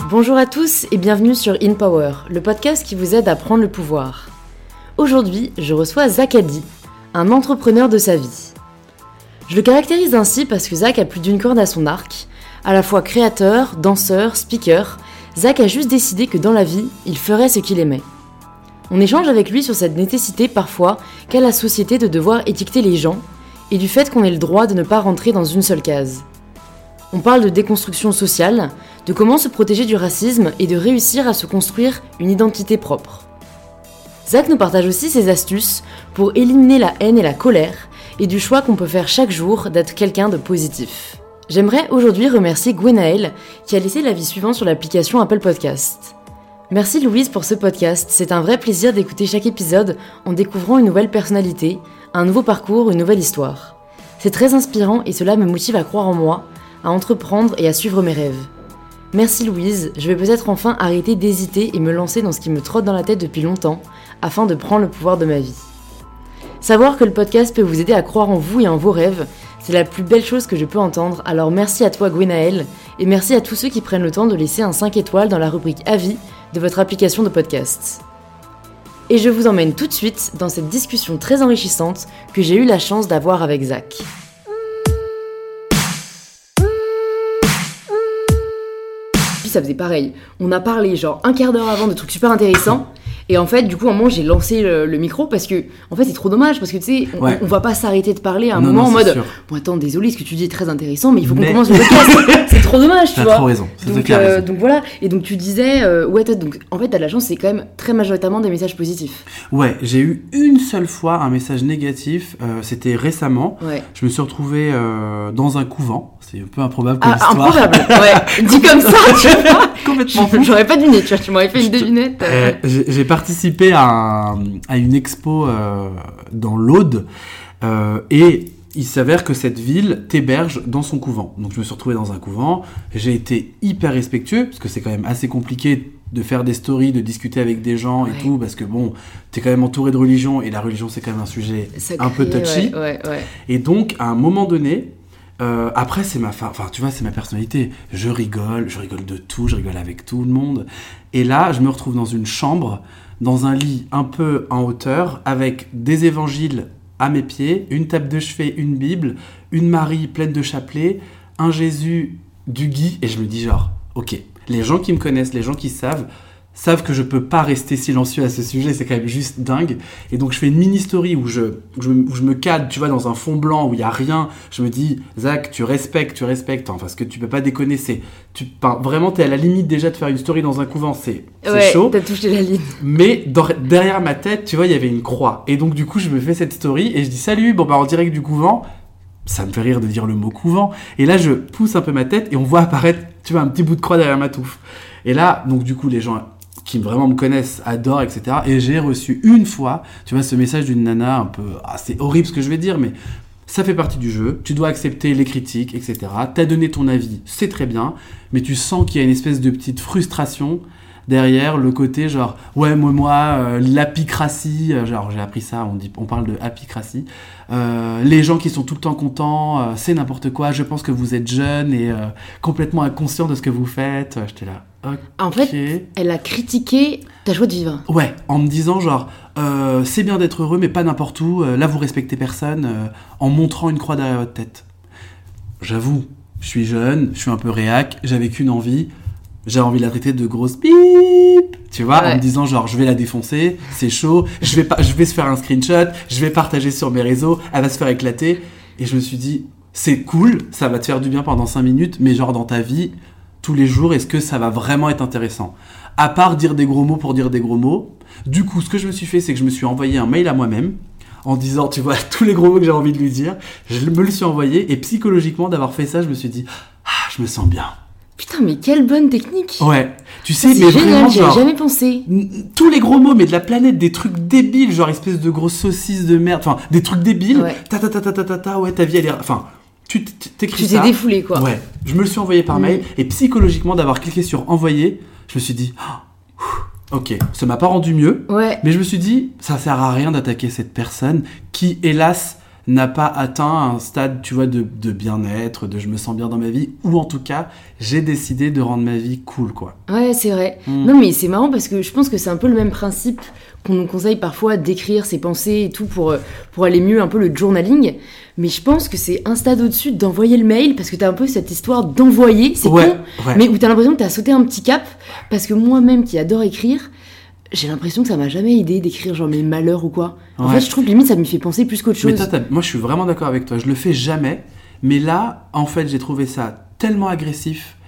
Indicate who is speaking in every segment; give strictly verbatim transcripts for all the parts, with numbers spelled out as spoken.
Speaker 1: Bonjour à tous et bienvenue sur In Power, le podcast qui vous aide à prendre le pouvoir. Aujourd'hui, je reçois Zach Addy, un entrepreneur de sa vie. Je le caractérise ainsi parce que Zach a plus d'une corde à son arc. À la fois créateur, danseur, speaker, Zach a juste décidé que dans la vie, il ferait ce qu'il aimait. On échange avec lui sur cette nécessité parfois qu'a la société de devoir étiqueter les gens et du fait qu'on ait le droit de ne pas rentrer dans une seule case. On parle de déconstruction sociale, de comment se protéger du racisme et de réussir à se construire une identité propre. Zach nous partage aussi ses astuces pour éliminer la haine et la colère et du choix qu'on peut faire chaque jour d'être quelqu'un de positif. J'aimerais aujourd'hui remercier Gwenaëlle qui a laissé l'avis suivant sur l'application Apple Podcast. Merci Louise pour ce podcast, c'est un vrai plaisir d'écouter chaque épisode en découvrant une nouvelle personnalité, un nouveau parcours, une nouvelle histoire. C'est très inspirant et cela me motive à croire en moi, à entreprendre et à suivre mes rêves. Merci Louise, je vais peut-être enfin arrêter d'hésiter et me lancer dans ce qui me trotte dans la tête depuis longtemps, afin de prendre le pouvoir de ma vie. Savoir que le podcast peut vous aider à croire en vous et en vos rêves, c'est la plus belle chose que je peux entendre, alors merci à toi Gwenaëlle, et merci à tous ceux qui prennent le temps de laisser un cinq étoiles dans la rubrique avis de votre application de podcast. Et je vous emmène tout de suite dans cette discussion très enrichissante que j'ai eu la chance d'avoir avec Zach. Puis ça faisait pareil, on a parlé genre un quart d'heure avant de trucs super intéressants. Et en fait, du coup, à un moment, j'ai lancé le, le micro parce que, en fait, c'est trop dommage parce que, tu sais, on, ouais. on va pas s'arrêter de parler à un non, moment non, en mode sûr. Bon, attends, désolé, ce que tu dis est très intéressant, mais il faut qu'on mais... commence le podcast. C'est trop dommage, tu
Speaker 2: t'as
Speaker 1: vois.
Speaker 2: T'as trop raison. C'est
Speaker 1: donc,
Speaker 2: euh,
Speaker 1: raison. Donc voilà. Et donc, tu disais, euh, ouais, donc, en fait, t'as de la chance, c'est quand même très majoritairement des messages positifs.
Speaker 2: Ouais, j'ai eu une seule fois un message négatif. Euh, c'était récemment. Ouais. Je me suis retrouvé euh, dans un couvent. C'est un peu improbable comme
Speaker 1: ah,
Speaker 2: histoire.
Speaker 1: Improbable, ouais. Dit comme ça, tu vois.
Speaker 2: Complètement.
Speaker 1: Je, j'aurais pas deviné, tu vois. Tu m'aurais fait une devinette.
Speaker 2: Euh, j'ai, j'ai participé à, un, à une expo euh, dans l'Aude euh, et il s'avère que cette ville t'héberge dans son couvent. Donc je me suis retrouvé dans un couvent. J'ai été hyper respectueux parce que c'est quand même assez compliqué de faire des stories, de discuter avec des gens ouais. et tout, parce que bon, t'es quand même entouré de religion et la religion c'est quand même un sujet Sacré, un peu touchy.
Speaker 1: Ouais, ouais, ouais.
Speaker 2: Et donc à un moment donné, Euh, après c'est ma fa... enfin tu vois c'est ma personnalité, je rigole je rigole de tout, je rigole avec tout le monde et là je me retrouve dans une chambre dans un lit un peu en hauteur avec des évangiles à mes pieds, une table de chevet, une Bible, une Marie pleine de chapelets, un Jésus du Guy et je me dis genre ok, les gens qui me connaissent, les gens qui savent savent que je peux pas rester silencieux à ce sujet, c'est quand même juste dingue. Et donc je fais une mini story où je, où je, où je me cadre, tu vois, dans un fond blanc où il y a rien. Je me dis, Zach, tu respectes, tu respectes, hein, parce que tu peux pas déconner. C'est, tu, enfin, vraiment, t'es à la limite déjà de faire une story dans un couvent, c'est, c'est
Speaker 1: ouais,
Speaker 2: chaud.
Speaker 1: T'as touché la ligne.
Speaker 2: Mais dans, derrière ma tête, tu vois, il y avait une croix. Et donc du coup, je me fais cette story et je dis, salut, bon bah en direct du couvent. Ça me fait rire de dire le mot couvent. Et là, je pousse un peu ma tête et on voit apparaître, tu vois, un petit bout de croix derrière ma touffe. Et là, donc du coup, les gens qui vraiment me connaissent, adorent, et cetera. Et j'ai reçu une fois, tu vois, ce message d'une nana un peu... Ah, c'est horrible ce que je vais dire, mais ça fait partie du jeu. Tu dois accepter les critiques, et cetera. T'as donné ton avis, c'est très bien, mais tu sens qu'il y a une espèce de petite frustration derrière le côté genre ouais moi moi euh, l'apicratie, euh, genre j'ai appris ça, on dit on parle de apicratie, euh, les gens qui sont tout le temps contents, euh, c'est n'importe quoi, je pense que vous êtes jeune et euh, complètement inconscient de ce que vous faites. J'étais là ok.
Speaker 1: En fait elle a critiqué ta joie de vivre,
Speaker 2: ouais, en me disant genre euh, c'est bien d'être heureux mais pas n'importe où, euh, là vous respectez personne, euh, en montrant une croix derrière votre tête. J'avoue, je suis jeune, je suis un peu réac, j'avais qu'une envie, j'ai envie de la traiter de grosse bip, tu vois, ouais. en me disant genre je vais la défoncer, c'est chaud, je vais pas, je vais se faire un screenshot, je vais partager sur mes réseaux, elle va se faire éclater. Et je me suis dit c'est cool, ça va te faire du bien pendant cinq minutes, mais genre dans ta vie tous les jours, est-ce que ça va vraiment être intéressant? À part dire des gros mots pour dire des gros mots. Du coup, ce que je me suis fait, c'est que je me suis envoyé un mail à moi-même en disant, tu vois, tous les gros mots que j'ai envie de lui dire, je me le suis envoyé et psychologiquement d'avoir fait ça, je me suis dit ah, je me sens bien.
Speaker 1: Putain, mais quelle bonne technique!
Speaker 2: Ouais, tu sais,
Speaker 1: c'est
Speaker 2: mais
Speaker 1: génial,
Speaker 2: vraiment,
Speaker 1: j'y
Speaker 2: genre,
Speaker 1: avais jamais pensé.
Speaker 2: N- tous les gros mots, mais de la planète, des trucs débiles, genre espèce de grosses saucisses de merde, enfin, des trucs débiles. Ouais. Ta ta ta ta ta ta ta, ouais, ta vie, elle est, enfin, tu t'écris
Speaker 1: tu
Speaker 2: ça.
Speaker 1: Tu t'es défoulé, quoi.
Speaker 2: Ouais, je me le suis envoyé par mmh. mail et psychologiquement d'avoir cliqué sur envoyer, je me suis dit, oh, ok, ça m'a pas rendu mieux.
Speaker 1: Ouais.
Speaker 2: Mais je me suis dit, ça sert à rien d'attaquer cette personne qui, hélas, n'a pas atteint un stade, tu vois, de, de bien-être, de je me sens bien dans ma vie, ou en tout cas, j'ai décidé de rendre ma vie cool, quoi.
Speaker 1: Ouais, c'est vrai.
Speaker 2: Mm.
Speaker 1: Non, mais c'est marrant parce que je pense que c'est un peu le même principe qu'on nous conseille parfois d'écrire ses pensées et tout pour, pour aller mieux, un peu le journaling. Mais je pense que c'est un stade au-dessus d'envoyer le mail parce que t'as un peu cette histoire d'envoyer, c'est
Speaker 2: Ouais,
Speaker 1: con,
Speaker 2: ouais.
Speaker 1: mais où t'as l'impression que t'as sauté un petit cap. Parce que moi-même qui adore écrire, j'ai l'impression que ça m'a jamais aidé d'écrire genre mes malheurs ou quoi. En
Speaker 2: Ouais.
Speaker 1: fait, je trouve que limite ça me fait penser plus qu'autre chose.
Speaker 2: Mais toi, t'as- moi, je suis vraiment d'accord avec toi. Je le fais jamais. Mais là, en fait, j'ai trouvé ça tellement agressif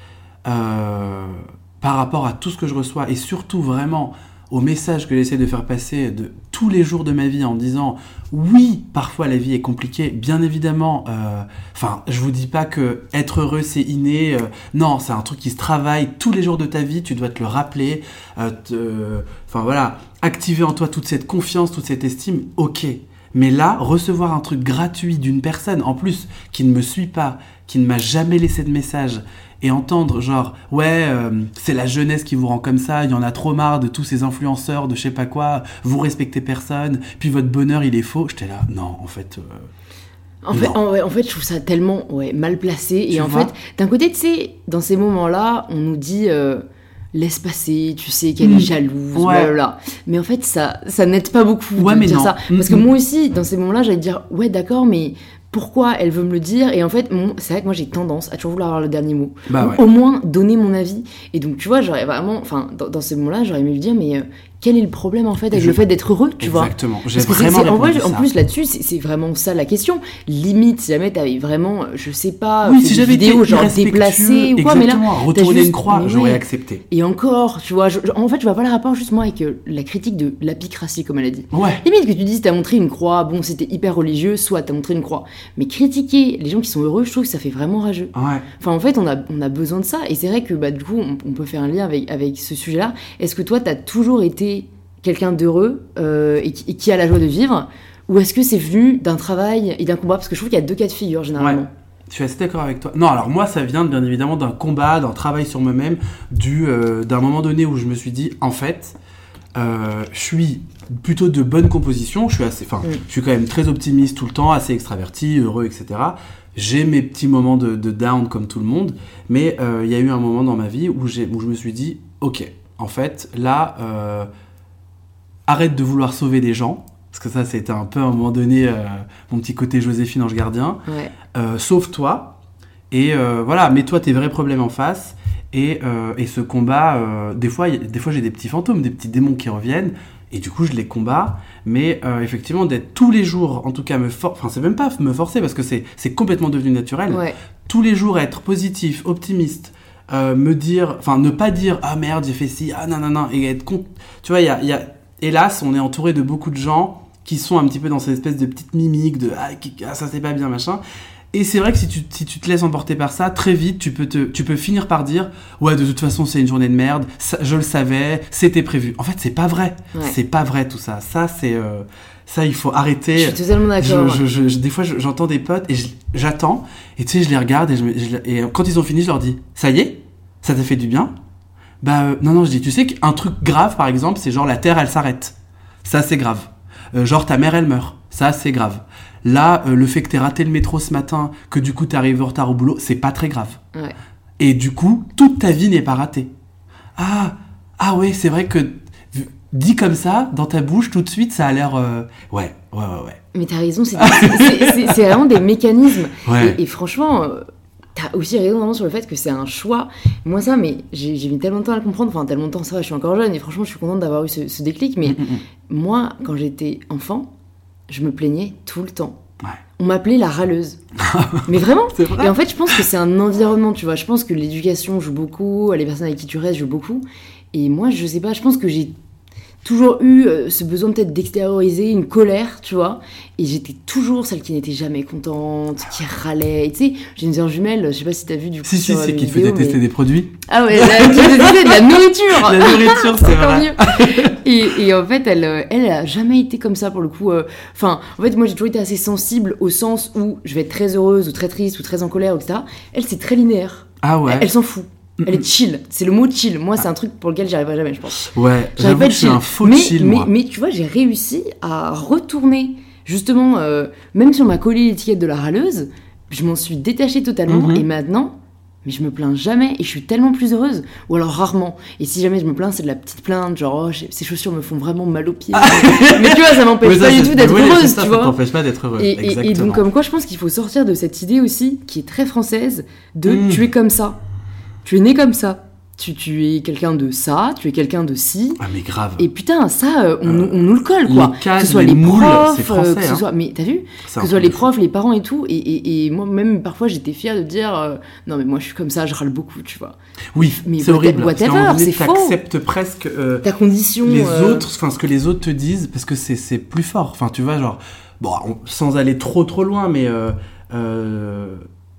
Speaker 2: euh, par rapport à tout ce que je reçois et surtout vraiment au message que j'essaie de faire passer de tous les jours de ma vie en disant oui, parfois la vie est compliquée, bien évidemment. Enfin, euh, je vous dis pas que être heureux c'est inné. Euh, non, c'est un truc qui se travaille tous les jours de ta vie. Tu dois te le rappeler. Enfin euh, voilà, activer en toi toute cette confiance, toute cette estime. Ok. Mais là, recevoir un truc gratuit d'une personne, en plus, qui ne me suit pas, qui ne m'a jamais laissé de message, et entendre genre, ouais, euh, c'est la jeunesse qui vous rend comme ça, il y en a trop marre de tous ces influenceurs, de je sais pas quoi, vous respectez personne, puis votre bonheur, il est faux. J'étais là, non, en fait... Euh...
Speaker 1: En fait, en, ouais, en fait, je trouve ça tellement ouais, mal placé.
Speaker 2: Tu
Speaker 1: et en
Speaker 2: vois
Speaker 1: fait, d'un côté, tu sais, dans ces moments-là, on nous dit... Euh, laisse passer, tu sais qu'elle
Speaker 2: mmh.
Speaker 1: est jalouse,
Speaker 2: ouais.
Speaker 1: blablabla. Mais en fait, ça, ça n'aide pas beaucoup
Speaker 2: ouais,
Speaker 1: de
Speaker 2: mais
Speaker 1: dire
Speaker 2: non.
Speaker 1: ça. Parce que moi aussi, dans ces moments-là, j'allais dire, ouais, d'accord, mais pourquoi elle veut me le dire? Et en fait, mon... c'est vrai que moi, j'ai tendance à toujours vouloir avoir le dernier mot.
Speaker 2: Bah
Speaker 1: Ou
Speaker 2: ouais.
Speaker 1: au moins, donner mon avis. Et donc, tu vois, j'aurais vraiment... Enfin, dans, dans ces moments-là, j'aurais aimé lui dire, mais... Euh, quel est le problème en fait avec
Speaker 2: je...
Speaker 1: le fait d'être heureux, tu vois?
Speaker 2: Exactement. J'ai
Speaker 1: Parce que
Speaker 2: vraiment
Speaker 1: c'est, c'est, en, vrai,
Speaker 2: ça.
Speaker 1: en plus là-dessus, c'est, c'est vraiment ça la question. Limite, si jamais t'avais vraiment, je sais pas,
Speaker 2: oui,
Speaker 1: fait
Speaker 2: si
Speaker 1: des
Speaker 2: j'avais
Speaker 1: vidéos
Speaker 2: été
Speaker 1: genre déplacées ou quoi, mais là,
Speaker 2: retourner
Speaker 1: juste...
Speaker 2: une croix,
Speaker 1: mais
Speaker 2: j'aurais
Speaker 1: oui.
Speaker 2: accepté.
Speaker 1: Et encore, tu vois, je, en fait, je vois pas le rapport justement avec euh, la critique de l'apicratie, comme elle a dit.
Speaker 2: Ouais.
Speaker 1: Limite que tu dises, t'as montré une croix, bon, c'était hyper religieux, soit t'as montré une croix. Mais critiquer les gens qui sont heureux, je trouve que ça fait vraiment rageux.
Speaker 2: Ouais.
Speaker 1: Enfin, en fait, on a, on a besoin de ça. Et c'est vrai que, bah, du coup, on, on peut faire un lien avec, avec ce sujet-là. Est-ce que toi, t'as toujours été quelqu'un d'heureux euh, et, qui, et qui a la joie de vivre, ou est-ce que c'est venu d'un travail et d'un combat? Parce que je trouve qu'il y a deux cas de figure généralement.
Speaker 2: Ouais. Je suis assez d'accord avec toi. Non, alors moi, ça vient bien évidemment d'un combat, d'un travail sur moi-même, du, euh, d'un moment donné où je me suis dit, en fait, euh, je suis plutôt de bonne composition, je suis assez, enfin, mm. je suis quand même très optimiste tout le temps, assez extraverti, heureux, et cetera. J'ai mes petits moments de, de down comme tout le monde, mais il euh, y a eu un moment dans ma vie où, j'ai, où je me suis dit, ok, en fait, là... Euh, arrête de vouloir sauver des gens, parce que ça, c'était un peu à un moment donné euh, mon petit côté Joséphine Ange Gardien.
Speaker 1: Ouais.
Speaker 2: Euh, sauve-toi, et euh, voilà, mets-toi tes vrais problèmes en face, et, euh, et ce combat, euh, des, fois, y, des fois j'ai des petits fantômes, des petits démons qui reviennent, et du coup je les combats, mais euh, effectivement d'être tous les jours, en tout cas me forcer, enfin c'est même pas me forcer, parce que c'est, c'est complètement devenu naturel,
Speaker 1: ouais.
Speaker 2: tous les jours être positif, optimiste, euh, me dire, enfin ne pas dire « Ah merde, j'ai fait ci, ah non, non, non », et être con... Tu vois, il y a... Y a hélas, on est entouré de beaucoup de gens qui sont un petit peu dans cette espèce de petite mimique de ah, ah ça c'est pas bien machin. Et c'est vrai que si tu, si tu te laisses emporter par ça, très vite tu peux, te, tu peux finir par dire ouais de toute façon c'est une journée de merde, ça, je le savais, c'était prévu. En fait c'est pas vrai, ouais. c'est pas vrai tout ça. Ça c'est euh, ça il faut arrêter.
Speaker 1: Je suis totalement d'accord.
Speaker 2: Je, je, je, des fois je, j'entends des potes et je, j'attends et tu sais je les regarde et, je, je, et quand ils ont fini je leur dis ça y est, ça t'a fait du bien. Bah euh, non non je dis tu sais qu'un truc grave par exemple c'est genre la terre elle s'arrête, ça c'est grave, euh, genre ta mère elle meurt, ça c'est grave, là euh, le fait que t'aies raté le métro ce matin, que du coup t'es arrivé en retard au boulot, c'est pas très grave,
Speaker 1: ouais.
Speaker 2: Et du coup toute ta vie n'est pas ratée. Ah ah ouais c'est vrai que dit comme ça dans ta bouche tout de suite ça a l'air euh... ouais ouais ouais ouais
Speaker 1: mais t'as raison c'est, c'est, c'est, c'est vraiment des mécanismes
Speaker 2: ouais.
Speaker 1: et, et franchement euh... T'as aussi raison vraiment sur le fait que c'est un choix. Moi, ça, mais j'ai, j'ai mis tellement de temps à le comprendre. Enfin, tellement de temps, ça va, je suis encore jeune. Et franchement, je suis contente d'avoir eu ce, ce déclic. Mais mm-hmm. moi, quand j'étais enfant, je me plaignais tout le temps.
Speaker 2: Ouais.
Speaker 1: On m'appelait la râleuse. Mais vraiment.
Speaker 2: C'est vrai.
Speaker 1: Et en fait, je pense que c'est un environnement, tu vois. Je pense que l'éducation joue beaucoup. Les personnes avec qui tu restes jouent beaucoup. Et moi, je sais pas, je pense que j'ai toujours eu euh, ce besoin peut-être d'extérioriser une colère, tu vois, et j'étais toujours celle qui n'était jamais contente, qui râlait, et tu sais, j'ai une sœur jumelle, je sais pas si t'as vu du coup
Speaker 2: si
Speaker 1: sur
Speaker 2: si c'est
Speaker 1: les
Speaker 2: qui te
Speaker 1: vidéos,
Speaker 2: faisait tester
Speaker 1: mais...
Speaker 2: des produits
Speaker 1: ah ouais, là, qui faisait tester de la nourriture
Speaker 2: la nourriture c'est vrai
Speaker 1: et, et en fait elle, elle a jamais été comme ça pour le coup, enfin euh, en fait moi j'ai toujours été assez sensible au sens où je vais être très heureuse ou très triste ou très en colère, etc. Elle c'est très linéaire,
Speaker 2: ah ouais
Speaker 1: elle, elle s'en fout. Elle est chill, c'est le mot chill. Moi, c'est un truc pour lequel j'y arriverai jamais, je pense.
Speaker 2: Ouais, j'avoue que je suis un faux
Speaker 1: mais,
Speaker 2: chill,
Speaker 1: mais,
Speaker 2: moi.
Speaker 1: Mais tu vois, j'ai réussi à retourner justement, euh, même si on m'a collé l'étiquette de la râleuse, je m'en suis détachée totalement, mm-hmm. et maintenant... Mais je me plains jamais et je suis tellement plus heureuse. Ou alors rarement. Et si jamais je me plains, c'est de la petite plainte, genre oh, ces chaussures me font vraiment mal aux pieds. Mais tu vois, ça m'empêche oui, ça, pas du tout d'être oui, heureuse,
Speaker 2: ça,
Speaker 1: tu
Speaker 2: ça
Speaker 1: vois.
Speaker 2: Ça t'empêche pas d'être heureuse.
Speaker 1: Et, et, et donc comme quoi, je pense qu'il faut sortir de cette idée aussi, qui est très française, de mmh. tu es comme ça. Tu es né comme ça. Tu, tu es quelqu'un de ça, tu es quelqu'un de ci.
Speaker 2: Ah mais grave.
Speaker 1: Et putain, ça, euh, on, euh, on nous le colle, quoi.
Speaker 2: Les cases,
Speaker 1: que ce soit
Speaker 2: les,
Speaker 1: les
Speaker 2: moules,
Speaker 1: profs,
Speaker 2: c'est français,
Speaker 1: euh, que ce soit...
Speaker 2: Hein.
Speaker 1: Mais t'as vu
Speaker 2: c'est
Speaker 1: Que ce soit les profs, les parents et tout. Et, et, et moi, même, parfois, j'étais fière de dire euh, non, mais moi, je suis comme ça, je râle beaucoup, tu vois.
Speaker 2: Oui, mais c'est horrible.
Speaker 1: Whatever, c'est faux.
Speaker 2: T'acceptes presque euh,
Speaker 1: ta condition.
Speaker 2: Les
Speaker 1: euh...
Speaker 2: autres, enfin, ce que les autres te disent, parce que c'est, c'est plus fort. Enfin, tu vois, genre... Bon, on, sans aller trop, trop loin, mais... Euh, euh,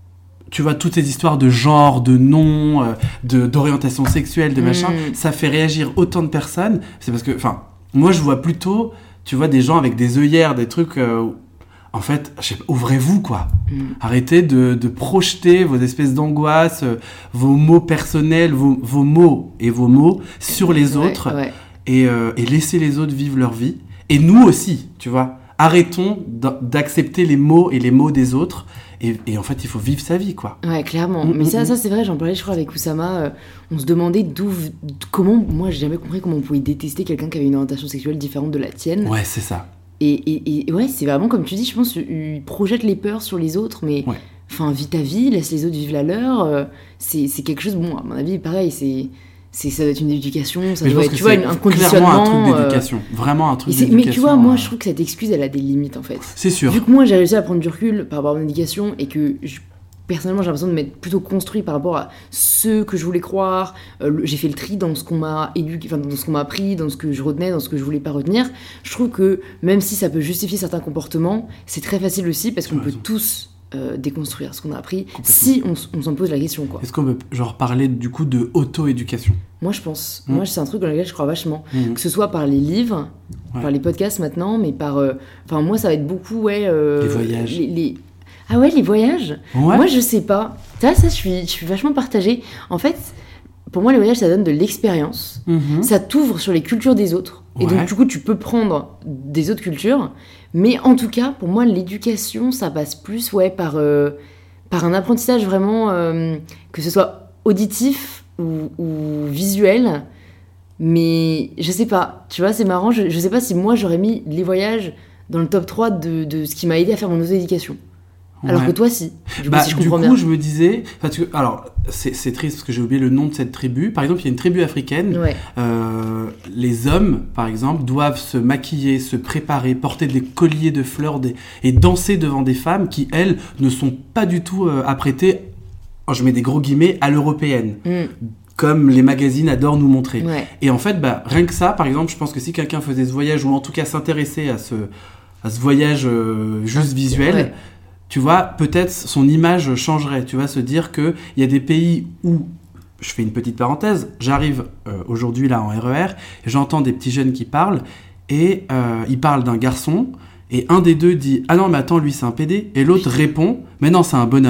Speaker 2: tu vois, toutes ces histoires de genre, de nom, euh, de, d'orientation sexuelle, de machin, mmh. ça fait réagir autant de personnes. C'est parce que, enfin, moi, je vois plutôt, tu vois, des gens avec des œillères, des trucs... Euh, en fait, je sais pas, ouvrez-vous, quoi. Mmh. Arrêtez de, de projeter vos espèces d'angoisses, euh, vos mots personnels, vos, vos mots et vos mots sur les
Speaker 1: ouais,
Speaker 2: autres.
Speaker 1: Ouais.
Speaker 2: Et, euh, et laissez les autres vivre leur vie. Et nous aussi, tu vois. Arrêtons d'accepter les mots et les mots des autres. Et, et en fait, il faut vivre sa vie, quoi.
Speaker 1: Ouais, clairement.
Speaker 2: Mmh,
Speaker 1: Mais ça,
Speaker 2: mmh.
Speaker 1: ça, c'est vrai, j'en parlais, je crois, avec Oussama. Euh, on se demandait d'où... Comment... Moi, j'ai jamais compris comment on pouvait détester quelqu'un qui avait une orientation sexuelle différente de la tienne.
Speaker 2: Ouais, c'est ça.
Speaker 1: Et, et, et ouais, c'est vraiment, comme tu dis, je pense, il projette les peurs sur les autres, mais...
Speaker 2: Ouais.
Speaker 1: Enfin, vis ta vie, laisse les autres vivre la leur. Euh, c'est, c'est quelque chose... Bon, à mon avis, pareil, c'est... C'est, ça doit être une éducation, ça
Speaker 2: mais
Speaker 1: doit être, tu vois, un conditionnement.
Speaker 2: Clairement un truc d'éducation, euh... vraiment un truc d'éducation.
Speaker 1: Mais tu vois, moi, je trouve que cette excuse, elle a des limites, en fait.
Speaker 2: C'est sûr.
Speaker 1: Vu que moi, j'ai réussi à prendre du recul par rapport à mon éducation et que, je, personnellement, j'ai l'impression de m'être plutôt construit par rapport à ce que je voulais croire. Euh, le, j'ai fait le tri dans ce qu'on m'a éduqué, enfin, dans ce qu'on m'a appris, dans ce que je retenais, dans ce que je voulais pas retenir. Je trouve que, même si ça peut justifier certains comportements, c'est très facile aussi parce qu'on ouais, peut raison. tous... Euh, déconstruire ce qu'on a appris si on, on s'en pose la question, quoi.
Speaker 2: Est-ce qu'on peut genre parler du coup de auto-éducation?
Speaker 1: Moi je pense, mmh. moi c'est un truc dans lequel je crois vachement, mmh. que ce soit par les livres, ouais. par les podcasts maintenant, mais par, enfin euh, moi ça va être beaucoup ouais. Euh,
Speaker 2: les voyages.
Speaker 1: Les, les... Ah ouais les voyages. Ouais. Moi je sais pas. Ça ça je suis je suis vachement partagée. En fait pour moi les voyages ça donne de l'expérience, mmh. ça t'ouvre sur les cultures des autres et ouais. donc du coup tu peux prendre des autres cultures. Mais en tout cas, pour moi, l'éducation, ça passe plus ouais, par, euh, par un apprentissage vraiment, euh, que ce soit auditif ou, ou visuel. Mais je sais pas, tu vois, c'est marrant, je, je sais pas si moi, j'aurais mis les voyages dans le top trois de, de ce qui m'a aidé à faire mon auto-éducation. Alors ouais. que toi, si. Du coup,
Speaker 2: bah,
Speaker 1: si je
Speaker 2: du
Speaker 1: comprends
Speaker 2: coup
Speaker 1: bien.
Speaker 2: je me disais... Que, alors, c'est, c'est triste parce que j'ai oublié le nom de cette tribu. Par exemple, il y a une tribu africaine.
Speaker 1: Ouais.
Speaker 2: Euh, les hommes, par exemple, doivent se maquiller, se préparer, porter des colliers de fleurs des, et danser devant des femmes qui, elles, ne sont pas du tout euh, apprêtées, oh, je mets des gros guillemets, à l'européenne. Mm. Comme les magazines adorent nous montrer.
Speaker 1: Ouais.
Speaker 2: Et en fait, bah, rien que ça, par exemple, je pense que si quelqu'un faisait ce voyage, ou en tout cas s'intéressait à ce, à ce voyage euh, juste visuel... Ouais. Tu vois, peut-être son image changerait. Tu vas se dire qu'il y a des pays où, je fais une petite parenthèse, j'arrive euh, aujourd'hui là en R E R, et j'entends des petits jeunes qui parlent, et euh, ils parlent d'un garçon, et un des deux dit « Ah non, mais attends, lui c'est un pédé », et l'autre répond « Mais non, c'est un bonhomme ».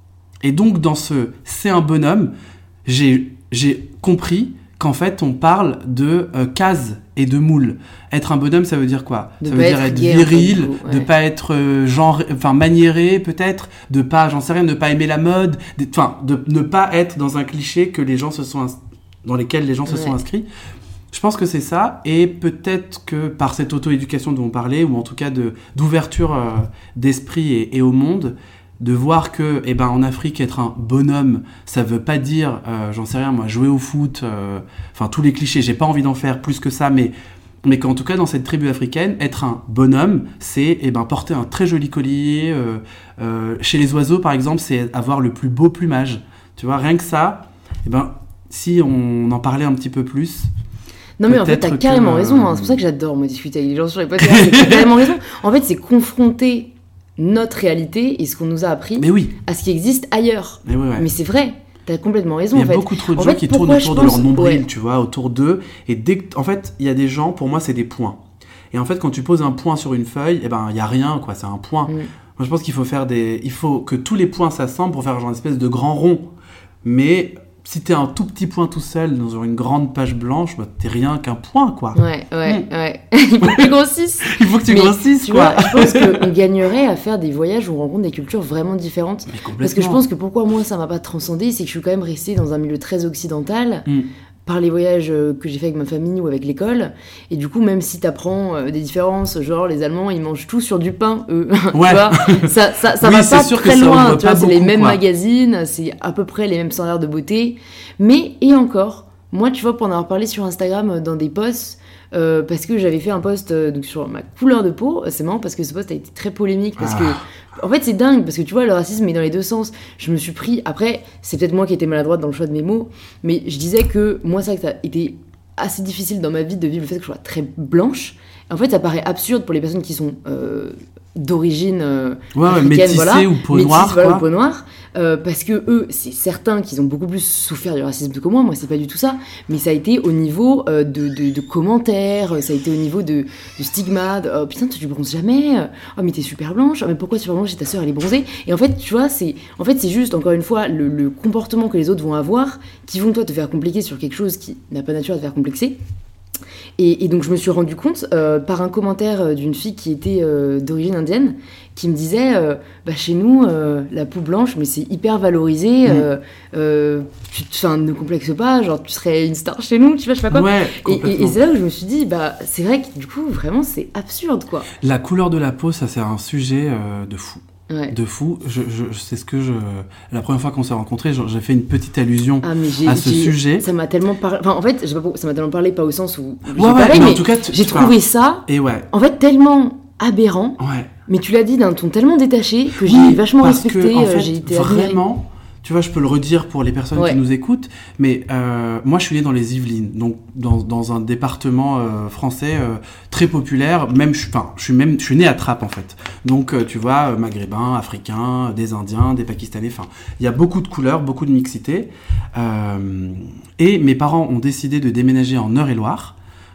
Speaker 2: Et donc dans ce « c'est un bonhomme », j'ai, j'ai compris qu'en fait on parle de euh, cases et de moules. Être un bonhomme, ça veut dire quoi?
Speaker 1: De
Speaker 2: ça veut dire être viril,
Speaker 1: coup, ouais.
Speaker 2: de pas être euh, genre, enfin maniéré peut-être, de pas, j'en sais rien, de pas aimer la mode, enfin de ne pas être dans un cliché que les gens se sont ins- dans lesquels les gens se ouais. sont inscrits. Je pense que c'est ça, et peut-être que par cette auto-éducation dont on parlait, ou en tout cas de d'ouverture euh, d'esprit et, et au monde, de voir que, eh ben, en Afrique, être un bonhomme, ça veut pas dire, euh, j'en sais rien, moi, jouer au foot, enfin, euh, tous les clichés, j'ai pas envie d'en faire plus que ça, mais, mais qu'en tout cas, dans cette tribu africaine, être un bonhomme, c'est, eh ben, porter un très joli collier, euh, euh, chez les oiseaux, par exemple, c'est avoir le plus beau plumage. Tu vois, rien que ça, eh ben, si on en parlait un petit peu plus...
Speaker 1: Non mais en fait, t'as carrément que... raison, hein. C'est pour ça que j'adore, moi, discuter avec les gens sur les podcasts, t'as carrément raison. En fait, c'est confronter notre réalité et ce qu'on nous a appris
Speaker 2: mais oui.
Speaker 1: à ce qui existe ailleurs.
Speaker 2: Mais, oui, ouais.
Speaker 1: mais c'est vrai, t'as complètement raison.
Speaker 2: Il y a
Speaker 1: en fait.
Speaker 2: beaucoup trop de
Speaker 1: en
Speaker 2: gens
Speaker 1: fait,
Speaker 2: qui tournent autour de
Speaker 1: pense...
Speaker 2: leur nombril,
Speaker 1: ouais.
Speaker 2: tu vois, autour d'eux. Et dès que... En fait, il y a des gens, pour moi, c'est des points. Et en fait, quand tu poses un point sur une feuille, eh ben, il n'y a rien, quoi, c'est un point. Mm. Moi, je pense qu'il faut faire des... Il faut que tous les points s'assemblent pour faire genre une espèce de grand rond. Mais si t'es un tout petit point tout seul dans une grande page blanche, bah, t'es rien qu'un point, quoi.
Speaker 1: Ouais, ouais, mmh. ouais. Il faut que tu grossisses.
Speaker 2: Il faut que tu
Speaker 1: mais,
Speaker 2: grossisses,
Speaker 1: tu
Speaker 2: quoi.
Speaker 1: Vois, je pense qu'on gagnerait à faire des voyages où on rencontre des cultures vraiment différentes. Parce que je pense que pourquoi moi ça m'a pas transcendé, c'est que je suis quand même restée dans un milieu très occidental. Mmh. Par les voyages que j'ai fait avec ma famille ou avec l'école. Et du coup, même si t'apprends euh, des différences, genre les Allemands, ils mangent tout sur du pain, eux.
Speaker 2: Ouais.
Speaker 1: Tu vois, ça, ça, ça
Speaker 2: oui,
Speaker 1: va pas très loin. Tu vois, c'est
Speaker 2: beaucoup,
Speaker 1: les mêmes
Speaker 2: quoi.
Speaker 1: magazines, c'est à peu près les mêmes standards de beauté. Mais, et encore, moi, tu vois, pour en avoir parlé sur Instagram dans des posts, euh, parce que j'avais fait un post euh, donc, sur ma couleur de peau, c'est marrant parce que ce post a été très polémique, parce ah. que, en fait, c'est dingue, parce que tu vois, le racisme est dans les deux sens. Je me suis pris, après, c'est peut-être moi qui étais maladroite dans le choix de mes mots, mais je disais que moi, ça a été assez difficile dans ma vie de vivre le fait que je sois très blanche. En fait, ça paraît absurde pour les personnes qui sont euh, d'origine euh,
Speaker 2: ouais,
Speaker 1: africaine,
Speaker 2: métissée
Speaker 1: voilà,
Speaker 2: ou peau
Speaker 1: métisse,
Speaker 2: noire,
Speaker 1: voilà,
Speaker 2: quoi.
Speaker 1: ou peau noire, euh, parce que eux, c'est certain qu'ils ont beaucoup plus souffert du racisme que moi. Moi, c'est pas du tout ça, mais ça a été au niveau euh, de, de, de commentaires, ça a été au niveau de, de stigmates. Oh putain, tu bronzes jamais. Oh mais t'es super blanche. Oh, mais pourquoi super blanche et ta sœur elle est bronzée? Et en fait, tu vois, c'est en fait c'est juste encore une fois le, le comportement que les autres vont avoir qui vont toi te faire complexer sur quelque chose qui n'a pas nature à te faire complexer. Et, et donc je me suis rendu compte euh, par un commentaire d'une fille qui était euh, d'origine indienne qui me disait euh, bah chez nous euh, la peau blanche mais c'est hyper valorisé, mmh. euh, euh, tu ne complexes pas, genre tu serais une star chez nous, tu vois, je sais pas quoi.
Speaker 2: Ouais,
Speaker 1: et, et, et c'est là où je me suis dit bah c'est vrai que du coup vraiment c'est absurde quoi.
Speaker 2: La couleur de la peau, ça c'est un sujet euh, de fou.
Speaker 1: Ouais.
Speaker 2: De fou, je, je, c'est ce que je... La première fois qu'on s'est rencontrés, j'ai fait une petite allusion
Speaker 1: ah, mais j'ai,
Speaker 2: à ce
Speaker 1: j'ai,
Speaker 2: sujet.
Speaker 1: Ça m'a tellement parlé... Enfin, en fait, je sais pas, ça m'a tellement parlé, pas au sens où...
Speaker 2: Ouais, ouais,
Speaker 1: parlé,
Speaker 2: mais,
Speaker 1: mais
Speaker 2: en tout cas... Tu,
Speaker 1: j'ai
Speaker 2: tu
Speaker 1: trouvé
Speaker 2: parles.
Speaker 1: ça,
Speaker 2: et ouais.
Speaker 1: en fait, tellement aberrant.
Speaker 2: Ouais.
Speaker 1: Mais tu l'as dit d'un ton tellement détaché que
Speaker 2: oui,
Speaker 1: j'ai vachement
Speaker 2: parce
Speaker 1: respecté,
Speaker 2: que, en fait,
Speaker 1: j'ai été
Speaker 2: vraiment...
Speaker 1: admirée.
Speaker 2: Tu vois, je peux le redire pour les personnes
Speaker 1: ouais.
Speaker 2: qui nous écoutent, mais euh, moi, je suis né dans les Yvelines, donc dans, dans un département euh, français euh, très populaire. Même, je, enfin, je suis même, je suis né à Trappes en fait. Donc, euh, tu vois, maghrébins, africains, des Indiens, des Pakistanais. Enfin, il y a beaucoup de couleurs, beaucoup de mixité. Euh, et mes parents ont décidé de déménager en Eure-et-Loire,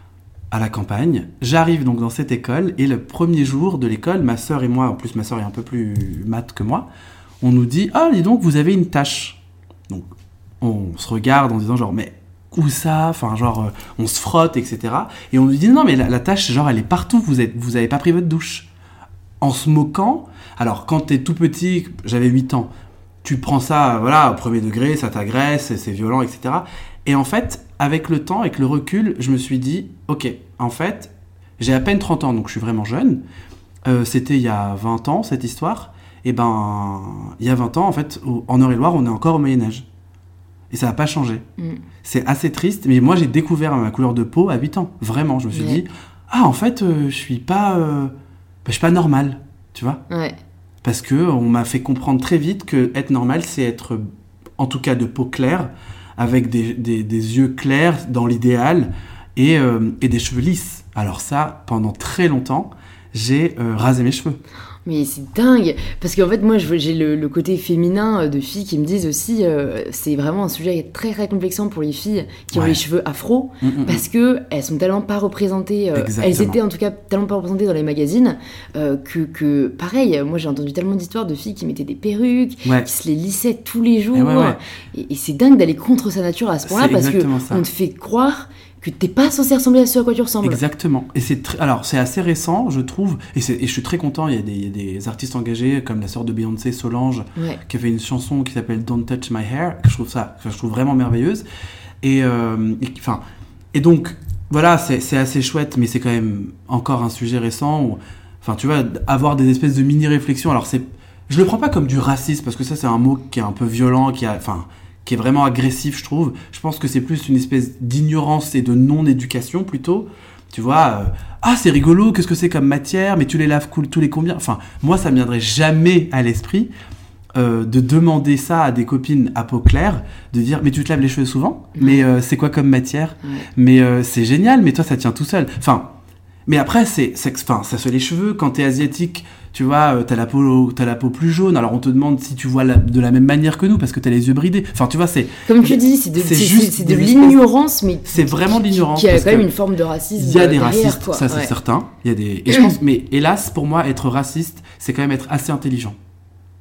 Speaker 2: à la campagne. J'arrive donc dans cette école et le premier jour de l'école, ma sœur et moi, en plus ma sœur est un peu plus maths que moi. On nous dit « Ah, dis donc, vous avez une tache. » Donc, on se regarde en disant genre « Mais où ça ?» Enfin, genre, euh, on se frotte, et cetera. Et on nous dit « Non, mais la, la tache, genre, elle est partout. Vous êtes, vous avez pas pris votre douche. » En se moquant. Alors, quand t'es tout petit, j'avais huit ans, tu prends ça, voilà, au premier degré, ça t'agresse, c'est violent, et cetera. Et en fait, avec le temps, avec le recul, je me suis dit « Ok, en fait, j'ai à peine trente ans, donc je suis vraiment jeune. Euh, c'était il y a vingt ans, cette histoire. » Et ben, il y a vingt ans, en fait, en Eure-et-Loire, on est encore au Moyen-Âge. Et ça n'a pas changé. Mm. C'est assez triste, mais moi, j'ai découvert ma couleur de peau à huit ans. Vraiment, je me suis ouais. dit, ah, en fait, euh, je suis pas, euh, bah, je suis pas normal, tu vois.
Speaker 1: Ouais.
Speaker 2: Parce qu'on m'a fait comprendre très vite que être normal, c'est être, en tout cas, de peau claire, avec des, des, des yeux clairs dans l'idéal, et, euh, et des cheveux lisses. Alors ça, pendant très longtemps, j'ai euh, rasé mes cheveux.
Speaker 1: Mais c'est dingue, parce qu'en fait moi je, j'ai le, le côté féminin de filles qui me disent aussi euh, c'est vraiment un sujet très très complexant pour les filles qui ouais. ont les cheveux afro, mmh, parce que elles sont tellement pas représentées, euh, elles étaient en tout cas tellement pas représentées dans les magazines euh, que, que pareil, moi j'ai entendu tellement d'histoires de filles qui mettaient des perruques, ouais. qui se les lissaient tous les jours, et, ouais, ouais. et, et c'est dingue d'aller contre sa nature à ce point-là, c'est parce qu'on te fait croire que t'es pas censé ressembler à ce à quoi tu ressembles.
Speaker 2: Exactement. Et c'est tr... alors c'est assez récent, je trouve, et, c'est... et je suis très content. Il y a des, il y a des artistes engagés comme la sœur de Beyoncé, Solange, ouais. qui a fait une chanson qui s'appelle Don't Touch My Hair, que je trouve ça, que je trouve vraiment merveilleuse. Et euh, enfin, et, et donc voilà, c'est, c'est assez chouette, mais c'est quand même encore un sujet récent. Où, enfin, tu vois, avoir des espèces de mini réflexions. Alors c'est, je le prends pas comme du racisme parce que ça c'est un mot qui est un peu violent, qui a, enfin. qui est vraiment agressif, je trouve. Je pense que c'est plus une espèce d'ignorance et de non-éducation, plutôt. Tu vois, euh, ah, c'est rigolo, qu'est-ce que c'est comme matière, mais tu les laves cool, tous les combien ? Enfin, moi, ça ne me viendrait jamais à l'esprit euh, de demander ça à des copines à peau claire, de dire, mais tu te laves les cheveux souvent ? Mmh. Mais euh, c'est quoi comme matière ? mmh. Mais euh, c'est génial, mais toi, ça tient tout seul. Enfin, mais après, c'est, c'est, enfin, ça se fait les cheveux. Quand t'es asiatique, tu vois, euh, t'as la peau, t'as la peau plus jaune. Alors on te demande si tu vois la, de la même manière que nous parce que t'as les yeux bridés. Enfin, tu vois, c'est
Speaker 1: comme tu dis, c'est de, c'est, c'est, juste c'est de l'ignorance, mais
Speaker 2: c'est vraiment de l'ignorance.
Speaker 1: Qui a quand même une forme de racisme.
Speaker 2: Il y a des
Speaker 1: derrière,
Speaker 2: racistes,
Speaker 1: quoi.
Speaker 2: ça c'est
Speaker 1: ouais.
Speaker 2: certain. Il y a des, et je pense, mais hélas pour moi, être raciste, c'est quand même être assez intelligent.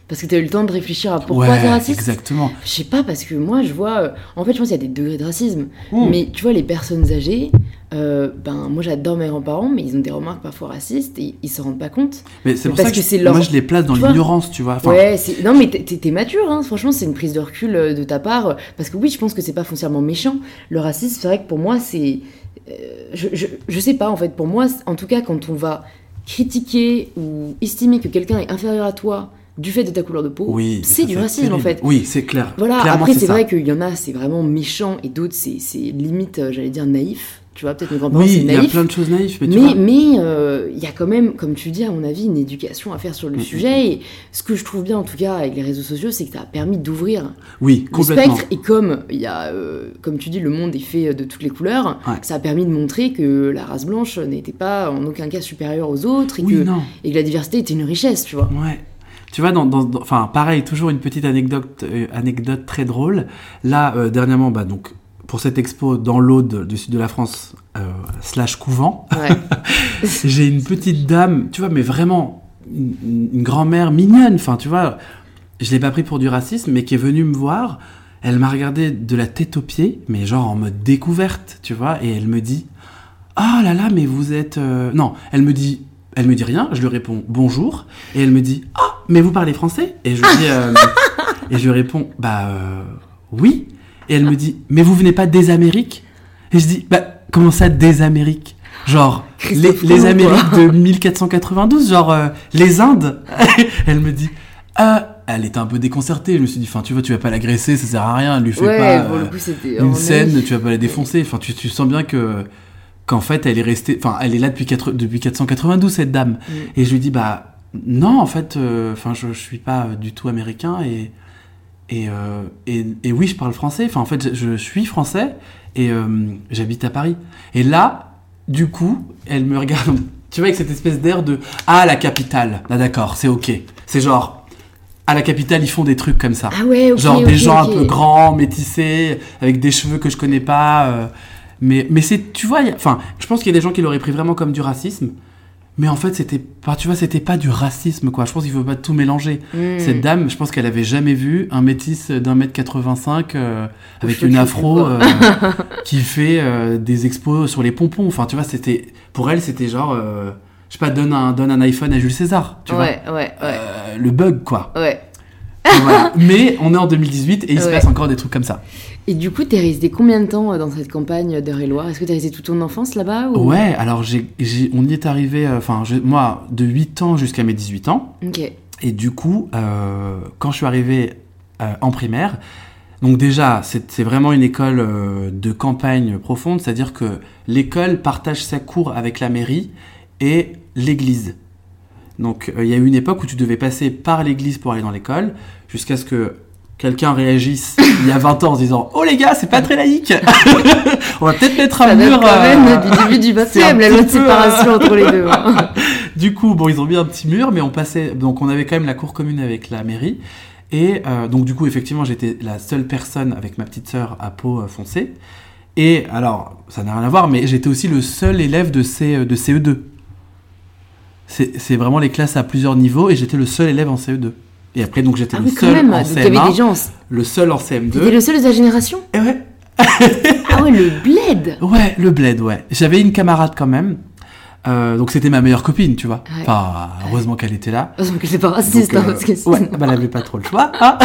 Speaker 1: Parce que t'as eu le temps de réfléchir à pourquoi
Speaker 2: ouais,
Speaker 1: t'es raciste.
Speaker 2: Exactement.
Speaker 1: Je sais pas, parce que moi, je vois... euh, En fait, je pense qu'il y a des degrés de racisme.
Speaker 2: Mmh.
Speaker 1: Mais tu vois, les personnes âgées... Euh, ben, moi, j'adore mes grands-parents, mais ils ont des remarques parfois racistes et ils se rendent pas compte.
Speaker 2: Mais c'est
Speaker 1: Mais
Speaker 2: pour ça
Speaker 1: parce
Speaker 2: que,
Speaker 1: que
Speaker 2: je-
Speaker 1: c'est leur-
Speaker 2: moi, je les place dans
Speaker 1: tu vois.
Speaker 2: l'ignorance, tu vois. Enfin,
Speaker 1: Ouais, c'est... non, mais t'es, t'es- t'es mature, hein. Franchement, c'est une prise de recul euh, de ta part. euh, Parce que oui, je pense que c'est pas foncièrement méchant. Le racisme, c'est vrai que pour moi, c'est... euh, je, je, je sais pas, en fait, pour moi, en tout cas, quand on va critiquer ou estimer que quelqu'un est inférieur à toi du fait de ta couleur de peau,
Speaker 2: oui,
Speaker 1: c'est
Speaker 2: ça,
Speaker 1: du racisme,
Speaker 2: terrible.
Speaker 1: en fait.
Speaker 2: Oui, c'est clair.
Speaker 1: Voilà,
Speaker 2: Clairement,
Speaker 1: après, c'est,
Speaker 2: ça.
Speaker 1: vrai qu'il y en a, c'est vraiment méchant, et d'autres, c'est, c'est limite, euh, j'allais dire, naïf. Tu vois, peut-être mes grands-parents,
Speaker 2: Oui,
Speaker 1: c'est
Speaker 2: il y a
Speaker 1: naïf.
Speaker 2: plein de choses naïves, mais, tu
Speaker 1: Mais
Speaker 2: vois.
Speaker 1: mais euh, il y a quand même, comme tu dis, à mon avis, une éducation à faire sur le
Speaker 2: Mm,
Speaker 1: sujet. Et ce que je trouve bien, en tout cas, avec les réseaux sociaux, c'est que ça a permis d'ouvrir
Speaker 2: Oui,
Speaker 1: le
Speaker 2: complètement.
Speaker 1: spectre. Et comme il y a, euh, comme tu dis, le monde est fait de toutes les couleurs,
Speaker 2: Ouais.
Speaker 1: ça a permis de montrer que la race blanche n'était pas en aucun cas supérieure aux autres et,
Speaker 2: Oui,
Speaker 1: que,
Speaker 2: non.
Speaker 1: et que la diversité était une richesse, tu vois.
Speaker 2: Ouais. Tu vois, dans, dans, dans- enfin, pareil, toujours une petite anecdote, euh, anecdote très drôle. Là, euh, dernièrement, bah, donc, pour cette expo dans l'Aude du sud de la France, euh, slash couvent,
Speaker 1: Ouais.
Speaker 2: j'ai une petite dame, tu vois, mais vraiment, une, une grand-mère mignonne, enfin, tu vois, je l'ai pas pris pour du racisme, mais qui est venue me voir, elle m'a regardé de la tête aux pieds, mais genre en mode découverte, tu vois, et elle me dit, ah là là, mais vous êtes... euh, Non, elle me dit... Elle me dit rien, je lui réponds bonjour, et elle me dit ah, mais vous parlez français? Et je lui dis, euh, et je lui réponds bah euh, oui. Et elle me dit mais vous venez pas des Amériques? Et je dis bah comment ça des Amériques? Genre les,
Speaker 1: Christophe
Speaker 2: les
Speaker 1: Colomb,
Speaker 2: Amériques
Speaker 1: quoi.
Speaker 2: de mille quatre cent quatre-vingt-douze, genre euh, les Indes. Elle me dit ah, elle était un peu déconcertée. Je me suis dit enfin tu vois tu vas pas l'agresser, ça sert à rien, lui fais
Speaker 1: Ouais,
Speaker 2: pas
Speaker 1: pour le
Speaker 2: euh,
Speaker 1: coup, c'était.
Speaker 2: une
Speaker 1: en
Speaker 2: scène,
Speaker 1: naïf.
Speaker 2: tu vas pas la défoncer. Enfin tu, tu sens bien que qu'en fait elle est restée, enfin elle est là depuis, quatre, depuis quatre cent quatre-vingt-douze cette dame.
Speaker 1: Mm.
Speaker 2: Et je lui dis bah non en fait, enfin je, je suis pas du tout américain et et, euh, et et oui je parle français. Enfin en fait je, je suis français et euh, j'habite à Paris. Et là du coup elle me regarde, tu vois avec cette espèce d'air de ah la capitale. Ah d'accord c'est ok. C'est genre à la capitale ils font des trucs comme ça.
Speaker 1: Ah ouais, ok.
Speaker 2: Genre
Speaker 1: ok,
Speaker 2: des gens
Speaker 1: ok.
Speaker 2: un peu grands, métissés, avec des cheveux que je connais pas. euh, mais, mais c'est, tu vois, y a- enfin, je pense qu'il y a des gens qui l'auraient pris vraiment comme du racisme. Mais en fait, c'était pas, tu vois, c'était pas du racisme, quoi. Je pense qu'il faut pas tout mélanger.
Speaker 1: Mm.
Speaker 2: Cette dame, je pense qu'elle avait jamais vu un métis d'un mètre quatre-vingt-cinq euh, avec
Speaker 1: cheveux
Speaker 2: une
Speaker 1: crépus,
Speaker 2: afro
Speaker 1: quoi.
Speaker 2: euh, qui fait euh, des expos sur les pompons. Enfin, tu vois, c'était, pour elle, c'était genre, euh, je sais pas, donne un, donne un iPhone à Jules César, tu
Speaker 1: Ouais, ouais,
Speaker 2: vois.
Speaker 1: ouais.
Speaker 2: Euh, le bug, quoi.
Speaker 1: Ouais.
Speaker 2: Et voilà. Mais on est en deux mille dix-huit et il se
Speaker 1: Ouais.
Speaker 2: passe encore des trucs comme ça.
Speaker 1: Et du coup, t'es resté combien de temps euh, dans cette campagne d'Eure-et-Loire? Est-ce que t'es resté toute ton enfance là-bas ou...
Speaker 2: Ouais, alors j'ai, j'ai- on y est arrivé, euh, enfin, je- moi, de huit ans jusqu'à mes dix-huit ans.
Speaker 1: Ok.
Speaker 2: Et du coup, euh, quand je suis arrivé euh, en primaire, donc déjà, c'est, c'est vraiment une école euh, de campagne profonde, c'est-à-dire que l'école partage ses cours avec la mairie et l'église. Donc, euh, il y a eu une époque où tu devais passer par l'église pour aller dans l'école, jusqu'à ce que quelqu'un réagisse il y a vingt ans en se disant « Oh les gars, c'est pas très laïque On va peut-être mettre un
Speaker 1: Ça date
Speaker 2: mur...
Speaker 1: quand même
Speaker 2: euh,
Speaker 1: du début du
Speaker 2: c'est un
Speaker 1: vingtième, la loi de
Speaker 2: petit peu,
Speaker 1: séparation
Speaker 2: euh,
Speaker 1: entre les deux. hein.
Speaker 2: Du coup, bon, ils ont mis un petit mur, mais on passait... Donc, on avait quand même la cour commune avec la mairie. Et euh, donc, du coup, effectivement, j'étais la seule personne avec ma petite sœur à peau euh, foncée. Et alors, ça n'a rien à voir, mais j'étais aussi le seul élève de, C, de C E deux. C'est, c'est vraiment les classes à plusieurs niveaux, et j'étais le seul élève en C E deux. Et après, donc, j'étais
Speaker 1: Ah
Speaker 2: le
Speaker 1: oui, quand
Speaker 2: seul
Speaker 1: même.
Speaker 2: en
Speaker 1: Donc, il y
Speaker 2: C M
Speaker 1: avait
Speaker 2: un,
Speaker 1: des gens.
Speaker 2: le seul en C M
Speaker 1: T'étais
Speaker 2: deux.
Speaker 1: le seul de ta génération?
Speaker 2: Et ouais,
Speaker 1: Ah ouais, le bled.
Speaker 2: ouais, le bled, ouais. J'avais une camarade quand même. Euh, donc c'était ma meilleure copine, tu vois.
Speaker 1: Ouais.
Speaker 2: Enfin, heureusement qu'elle était là.
Speaker 1: Heureusement que c'est pas raciste,
Speaker 2: Donc,
Speaker 1: hein,
Speaker 2: euh,
Speaker 1: parce que sinon-
Speaker 2: ouais, bah, elle avait pas trop le choix. hein.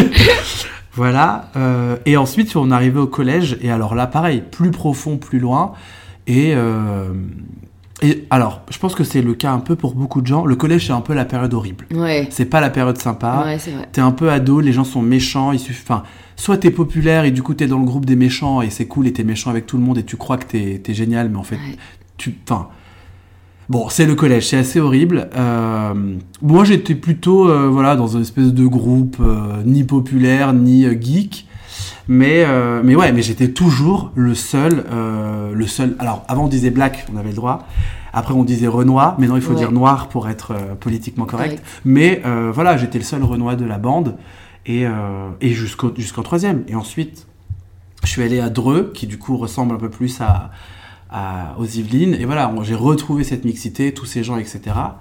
Speaker 2: Voilà. euh, et ensuite, on est arrivé au collège. Et alors là, pareil, plus profond, plus loin. Et, euh, et alors, je pense que c'est le cas un peu pour beaucoup de gens. Le collège, c'est un peu la période horrible.
Speaker 1: Ouais.
Speaker 2: C'est pas la période sympa.
Speaker 1: Ouais, c'est vrai.
Speaker 2: T'es un peu ado, les gens sont méchants. Il suffit, enfin, soit t'es populaire et du coup t'es dans le groupe des méchants et c'est cool et t'es méchant avec tout le monde et tu crois que t'es, t'es génial, mais en fait,
Speaker 1: Ouais.
Speaker 2: tu, enfin, bon, c'est le collège, c'est assez horrible. Euh, moi, j'étais plutôt, euh, voilà, dans une espèce de groupe euh, ni populaire ni euh, geek, mais, euh, mais ouais, mais j'étais toujours le seul, euh, le seul. Alors, avant on disait black, on avait le droit. Après, on disait Renoir. Maintenant, il faut
Speaker 1: Ouais.
Speaker 2: dire noir pour être euh, politiquement correct.
Speaker 1: Correct.
Speaker 2: Mais euh, voilà, j'étais le seul Renoir de la bande et, euh, et jusqu'au, jusqu'en troisième. Et ensuite, je suis allé à Dreux, qui du coup ressemble un peu plus à, à, aux Yvelines. Et voilà, j'ai retrouvé cette mixité, tous ces gens, et cetera.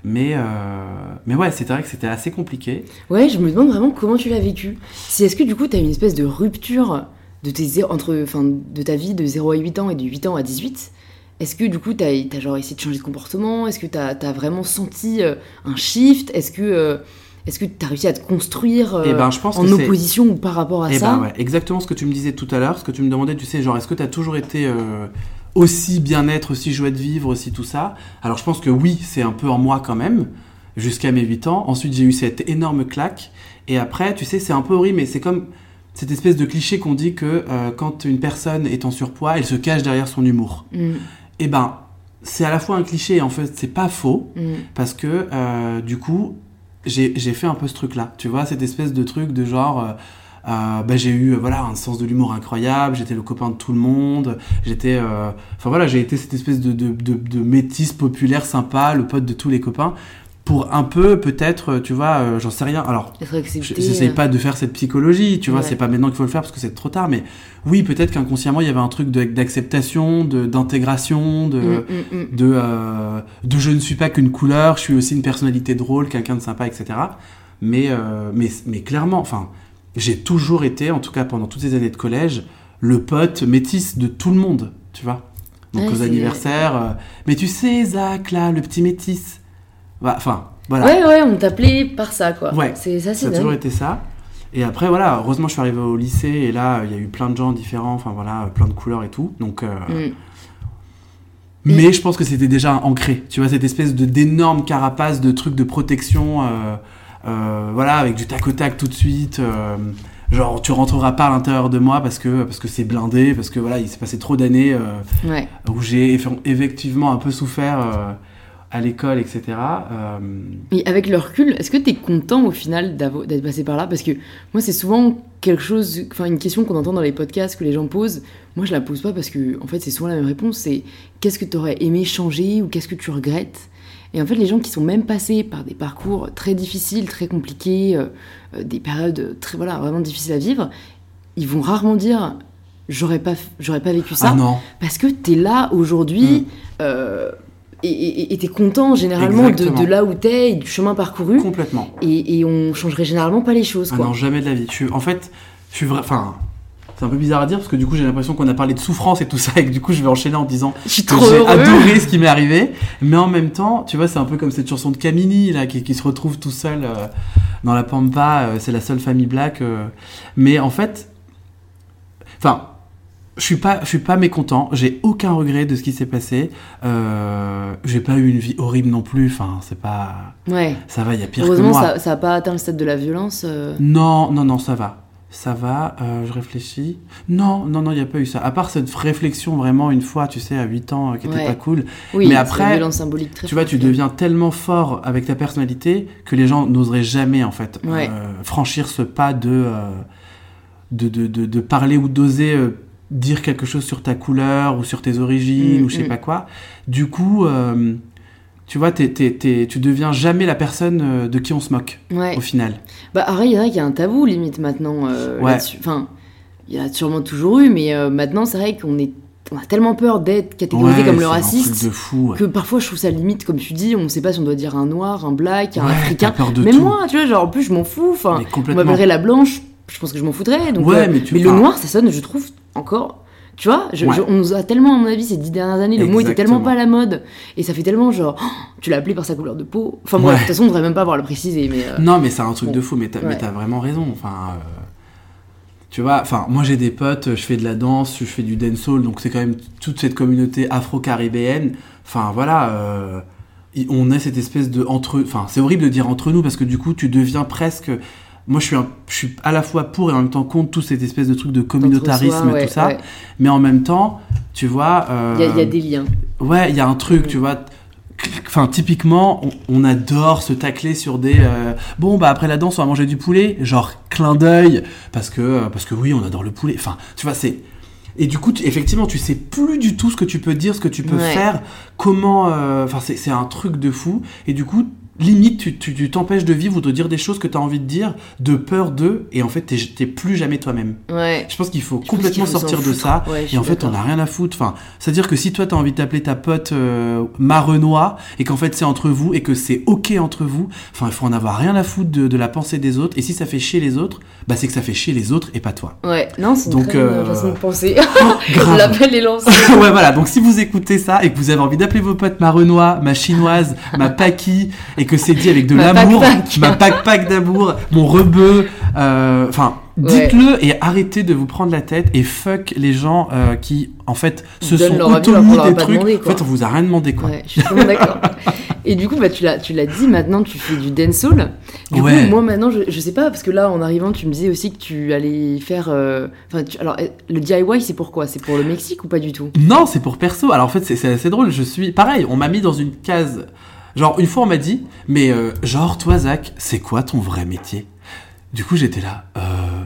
Speaker 2: Mais, euh, mais ouais, c'est vrai que c'était assez compliqué.
Speaker 1: Ouais, je me demande vraiment comment tu l'as vécu. Si est-ce que du coup, t'as une espèce de rupture de, tes zé- entre, enfin, de ta vie de zéro à huit ans et de huit ans à dix-huit. Est-ce que du coup, t'as, t'as genre essayé de changer de comportement? Est-ce que t'as, t'as vraiment senti euh, un shift? Est-ce que, euh, est-ce que t'as réussi à te construire euh,
Speaker 2: Eh ben, je pense
Speaker 1: en
Speaker 2: que c'est-
Speaker 1: opposition ou par rapport à
Speaker 2: Eh
Speaker 1: ça?
Speaker 2: ben ouais, exactement ce que tu me disais tout à l'heure, ce que tu me demandais, tu sais, genre, est-ce que tu as toujours été euh, aussi bien-être, aussi joie de vivre, aussi tout ça? Alors, je pense que oui, c'est un peu en moi quand même, jusqu'à mes huit ans. Ensuite, j'ai eu cette énorme claque. Et après, tu sais, c'est un peu horrible, mais c'est comme cette espèce de cliché qu'on dit que euh, quand une personne est en surpoids, elle se cache derrière son humour.
Speaker 1: Mm,
Speaker 2: Eh ben, c'est à la fois un cliché et en fait, c'est pas faux,
Speaker 1: mm.
Speaker 2: parce que euh, du coup, j'ai, j'ai fait un peu ce truc-là. Tu vois, cette espèce de truc de genre. euh, euh, bah, j'ai eu euh, voilà, un sens de l'humour incroyable, j'étais le copain de tout le monde, j'étais. euh, Enfin voilà, j'ai été cette espèce de, de, de, de métis populaire sympa, le pote de tous les copains, pour un peu, peut-être, tu vois, euh, j'en sais rien. Alors.
Speaker 1: Être accepté.
Speaker 2: J'essaye pas de faire cette psychologie, tu vois,
Speaker 1: Ouais.
Speaker 2: c'est pas maintenant qu'il faut le faire parce que c'est trop tard, mais oui, peut-être qu'inconsciemment, il y avait un truc de- d'acceptation, de, d'intégration, de,
Speaker 1: Mm, mm, mm.
Speaker 2: de, euh, de je ne suis pas qu'une couleur, je suis aussi une personnalité drôle, quelqu'un de sympa, et cetera. Mais, euh, mais, mais clairement, enfin, j'ai toujours été, en tout cas pendant toutes ces années de collège, le pote métis de tout le monde, tu vois. Donc
Speaker 1: Ouais,
Speaker 2: aux
Speaker 1: c'est-
Speaker 2: anniversaires, euh, mais tu sais, Zach, là, le petit métis. Bah, Enfin, voilà.
Speaker 1: Ouais, ouais, on t'appelait par ça, quoi.
Speaker 2: Ouais,
Speaker 1: C'est ça, c'est
Speaker 2: Ça a toujours
Speaker 1: dingue.
Speaker 2: été ça. Et après, voilà, heureusement, je suis arrivé au lycée et là, il y a eu plein de gens différents, enfin voilà, plein de couleurs et tout. Donc, euh,
Speaker 1: Mm.
Speaker 2: mais je pense que c'était déjà ancré. Tu vois, cette espèce de d'énorme carapace de trucs de protection, euh, euh, voilà, avec du tac au tac tout de suite. euh, genre, tu rentreras pas à l'intérieur de moi parce que parce que c'est blindé, parce que voilà, il s'est passé trop d'années euh,
Speaker 1: Ouais.
Speaker 2: où j'ai eff- effectivement un peu souffert euh, à l'école, et cetera. Euh,
Speaker 1: Et avec le recul, est-ce que t'es content au final d'avo- d'être passé par là? Parce que moi, c'est souvent quelque chose, enfin une question qu'on entend dans les podcasts que les gens posent. Moi, je la pose pas parce que, en fait, c'est souvent la même réponse. C'est qu'est-ce que t'aurais aimé changer ou qu'est-ce que tu regrettes? Et en fait, les gens qui sont même passés par des parcours très difficiles, très compliqués, euh, euh, des périodes très, voilà, vraiment difficiles à vivre, ils vont rarement dire j'aurais pas, f- j'aurais pas vécu ça.
Speaker 2: Ah non.
Speaker 1: Parce que t'es là aujourd'hui.
Speaker 2: Mm.
Speaker 1: euh, et- et et t'es content généralement de,
Speaker 2: Exactement.
Speaker 1: de là où t'es et du chemin parcouru.
Speaker 2: Complètement.
Speaker 1: Et, et on changerait généralement pas les choses,
Speaker 2: Ah
Speaker 1: quoi.
Speaker 2: non, jamais de la vie. Je suis, en fait, je suis vrai. Enfin, c'est un peu bizarre à dire parce que du coup, j'ai l'impression qu'on a parlé de souffrance et tout ça, et que du coup, je vais enchaîner en disant
Speaker 1: Je suis
Speaker 2: que
Speaker 1: trop
Speaker 2: j'ai
Speaker 1: heureux.
Speaker 2: adoré ce qui m'est arrivé. Mais en même temps, tu vois, c'est un peu comme cette chanson de Camini là, qui, qui se retrouve tout seul euh, dans la pampa. euh, c'est la seule famille black. euh. Mais en fait, enfin. Je suis pas, je suis pas mécontent. J'ai aucun regret de ce qui s'est passé. Euh, j'ai pas eu une vie horrible non plus. Enfin, c'est pas,
Speaker 1: Ouais.
Speaker 2: ça va, il y a pire que
Speaker 1: Heureusement,
Speaker 2: moi.
Speaker 1: ça, ça a pas atteint le stade de la violence. euh.
Speaker 2: Non, non, non, ça va. Ça va, euh, je réfléchis. Non, non, non, il n'y a pas eu ça. À part cette réflexion vraiment une fois, tu sais, à huit ans, euh, qui était
Speaker 1: Ouais.
Speaker 2: pas cool.
Speaker 1: Oui,
Speaker 2: Mais
Speaker 1: c'est
Speaker 2: après,
Speaker 1: la violence symbolique très
Speaker 2: Tu vois,
Speaker 1: forte,
Speaker 2: tu
Speaker 1: ouais.
Speaker 2: deviens tellement fort avec ta personnalité que les gens n'oseraient jamais, en fait,
Speaker 1: Ouais.
Speaker 2: euh, franchir ce pas de, euh, de, de, de, de parler ou d'oser euh, dire quelque chose sur ta couleur ou sur tes origines
Speaker 1: Mm,
Speaker 2: ou je sais
Speaker 1: mm.
Speaker 2: pas quoi. Du coup, euh, tu vois, t'es, t'es, t'es, tu deviens jamais la personne euh, de qui on se moque,
Speaker 1: Ouais.
Speaker 2: au final.
Speaker 1: Bah, pareil, il y a qu'il y a un tabou limite maintenant euh,
Speaker 2: Ouais.
Speaker 1: là-dessus. Enfin, il y en a sûrement toujours eu, mais euh, maintenant, c'est vrai qu'on est, on a tellement peur d'être catégorisé
Speaker 2: Ouais,
Speaker 1: comme le
Speaker 2: c'est un
Speaker 1: raciste
Speaker 2: truc de fou, ouais.
Speaker 1: que parfois je trouve ça limite, comme tu dis, on sait pas si on doit dire un noir, un black, un
Speaker 2: Ouais,
Speaker 1: africain.
Speaker 2: t'as peur de
Speaker 1: Même
Speaker 2: tout.
Speaker 1: moi, tu vois, genre en plus je m'en fous. Enfin,
Speaker 2: Mais
Speaker 1: on
Speaker 2: complètement.
Speaker 1: m'appellerait la blanche, je pense que je m'en foutrais. Donc,
Speaker 2: Ouais,
Speaker 1: euh,
Speaker 2: mais tu-
Speaker 1: le
Speaker 2: enfin-
Speaker 1: noir, ça sonne, je trouve encore. Tu vois, je-
Speaker 2: Ouais.
Speaker 1: je- on nous a tellement, à mon avis, ces dix dernières années, le mot était
Speaker 2: Exactement.
Speaker 1: tellement pas à la mode. Et ça fait tellement genre, oh, tu l'as appelé par sa couleur de peau. Enfin, bref,
Speaker 2: Ouais.
Speaker 1: de toute façon, on devrait même pas avoir le préciser. Mais, euh,
Speaker 2: Non, mais c'est un truc
Speaker 1: Bon.
Speaker 2: de fou, mais t'as, mais
Speaker 1: Ouais.
Speaker 2: t'as vraiment raison. Enfin, euh, tu vois, enfin, moi j'ai des potes, je fais de la danse, je fais du dancehall, donc c'est quand même toute cette communauté afro-caribéenne. Enfin, voilà, euh, y- on est cette espèce de entre, enfin, c'est horrible de dire entre nous parce que du coup, tu deviens presque. Moi, je suis, un- je suis à la fois pour et en même temps contre toute cette espèce de truc de communautarisme
Speaker 1: Entre soi,
Speaker 2: et
Speaker 1: ouais,
Speaker 2: tout ça.
Speaker 1: ouais.
Speaker 2: Mais en même temps, tu vois. euh,
Speaker 1: Il y, a- il y a des liens.
Speaker 2: Ouais, il y a un truc,
Speaker 1: Mm.
Speaker 2: tu vois. Enfin, typiquement, on, on adore se tacler sur des. euh, bon, bah après la danse, on va manger du poulet, genre clin d'œil, parce que euh, parce que oui, on adore le poulet. Enfin, tu vois, c'est. Et du coup, tu- effectivement, tu sais plus du tout ce que tu peux dire, ce que tu peux
Speaker 1: Ouais.
Speaker 2: faire, comment. euh, Enfin, c'est c'est un truc de fou. Et du coup, limite, tu, tu, tu t'empêches de vivre ou de dire des choses que tu as envie de dire, de peur d'eux, et en fait, t'es, t'es plus jamais toi-même.
Speaker 1: Ouais.
Speaker 2: Je pense qu'il faut
Speaker 1: Je
Speaker 2: complètement
Speaker 1: pense qu'il faut
Speaker 2: sortir
Speaker 1: s'en
Speaker 2: de ça,
Speaker 1: ouais,
Speaker 2: et en fait, on n'a rien à foutre. Enfin, c'est-à-dire que si toi, tu as envie de t'appeler ta pote euh, Marenois, et qu'en fait, c'est entre vous, et que c'est OK entre vous, enfin, il faut en avoir rien à foutre de, de la pensée des autres, et si ça fait chier les autres, bah, c'est que ça fait chier les autres et pas toi.
Speaker 1: Ouais, non, c'est une
Speaker 2: Donc,
Speaker 1: très bonne
Speaker 2: euh...
Speaker 1: façon de penser.
Speaker 2: Grave.
Speaker 1: L'appel est lancé.
Speaker 2: Ouais, voilà. Donc, si vous écoutez ça et que vous avez envie d'appeler vos potes ma Renoir, ma chinoise, ma Paki, et que c'est dit avec de
Speaker 1: Ma
Speaker 2: l'amour,
Speaker 1: pac-pac.
Speaker 2: ma pac-pac d'amour, mon rebeu, euh, enfin, dites-le ouais. Et arrêtez de vous prendre la tête et fuck les gens euh, qui, en fait, se
Speaker 1: Donnent
Speaker 2: sont
Speaker 1: leur avis,
Speaker 2: automis
Speaker 1: alors qu'on leur a
Speaker 2: des
Speaker 1: pas
Speaker 2: trucs.
Speaker 1: demandé,
Speaker 2: En
Speaker 1: quoi.
Speaker 2: fait, on vous a rien demandé, quoi.
Speaker 1: Ouais, je suis totalement d'accord. Et du coup, bah, tu l'as, tu l'as dit, maintenant tu fais du dancehall. Du
Speaker 2: Ouais.
Speaker 1: coup, moi maintenant, je, je sais pas, parce que là, en arrivant, tu me disais aussi que tu allais faire. euh, Enfin, tu- alors, eh, le D I Y, c'est pour quoi? C'est pour le Mexique ou pas du tout?
Speaker 2: Non, c'est pour perso. Alors en fait, c'est, c'est assez drôle. Je suis pareil. On m'a mis dans une case. Genre une fois, on m'a dit, mais euh, genre toi, Zach, c'est quoi ton vrai métier? Du coup, j'étais là. Euh...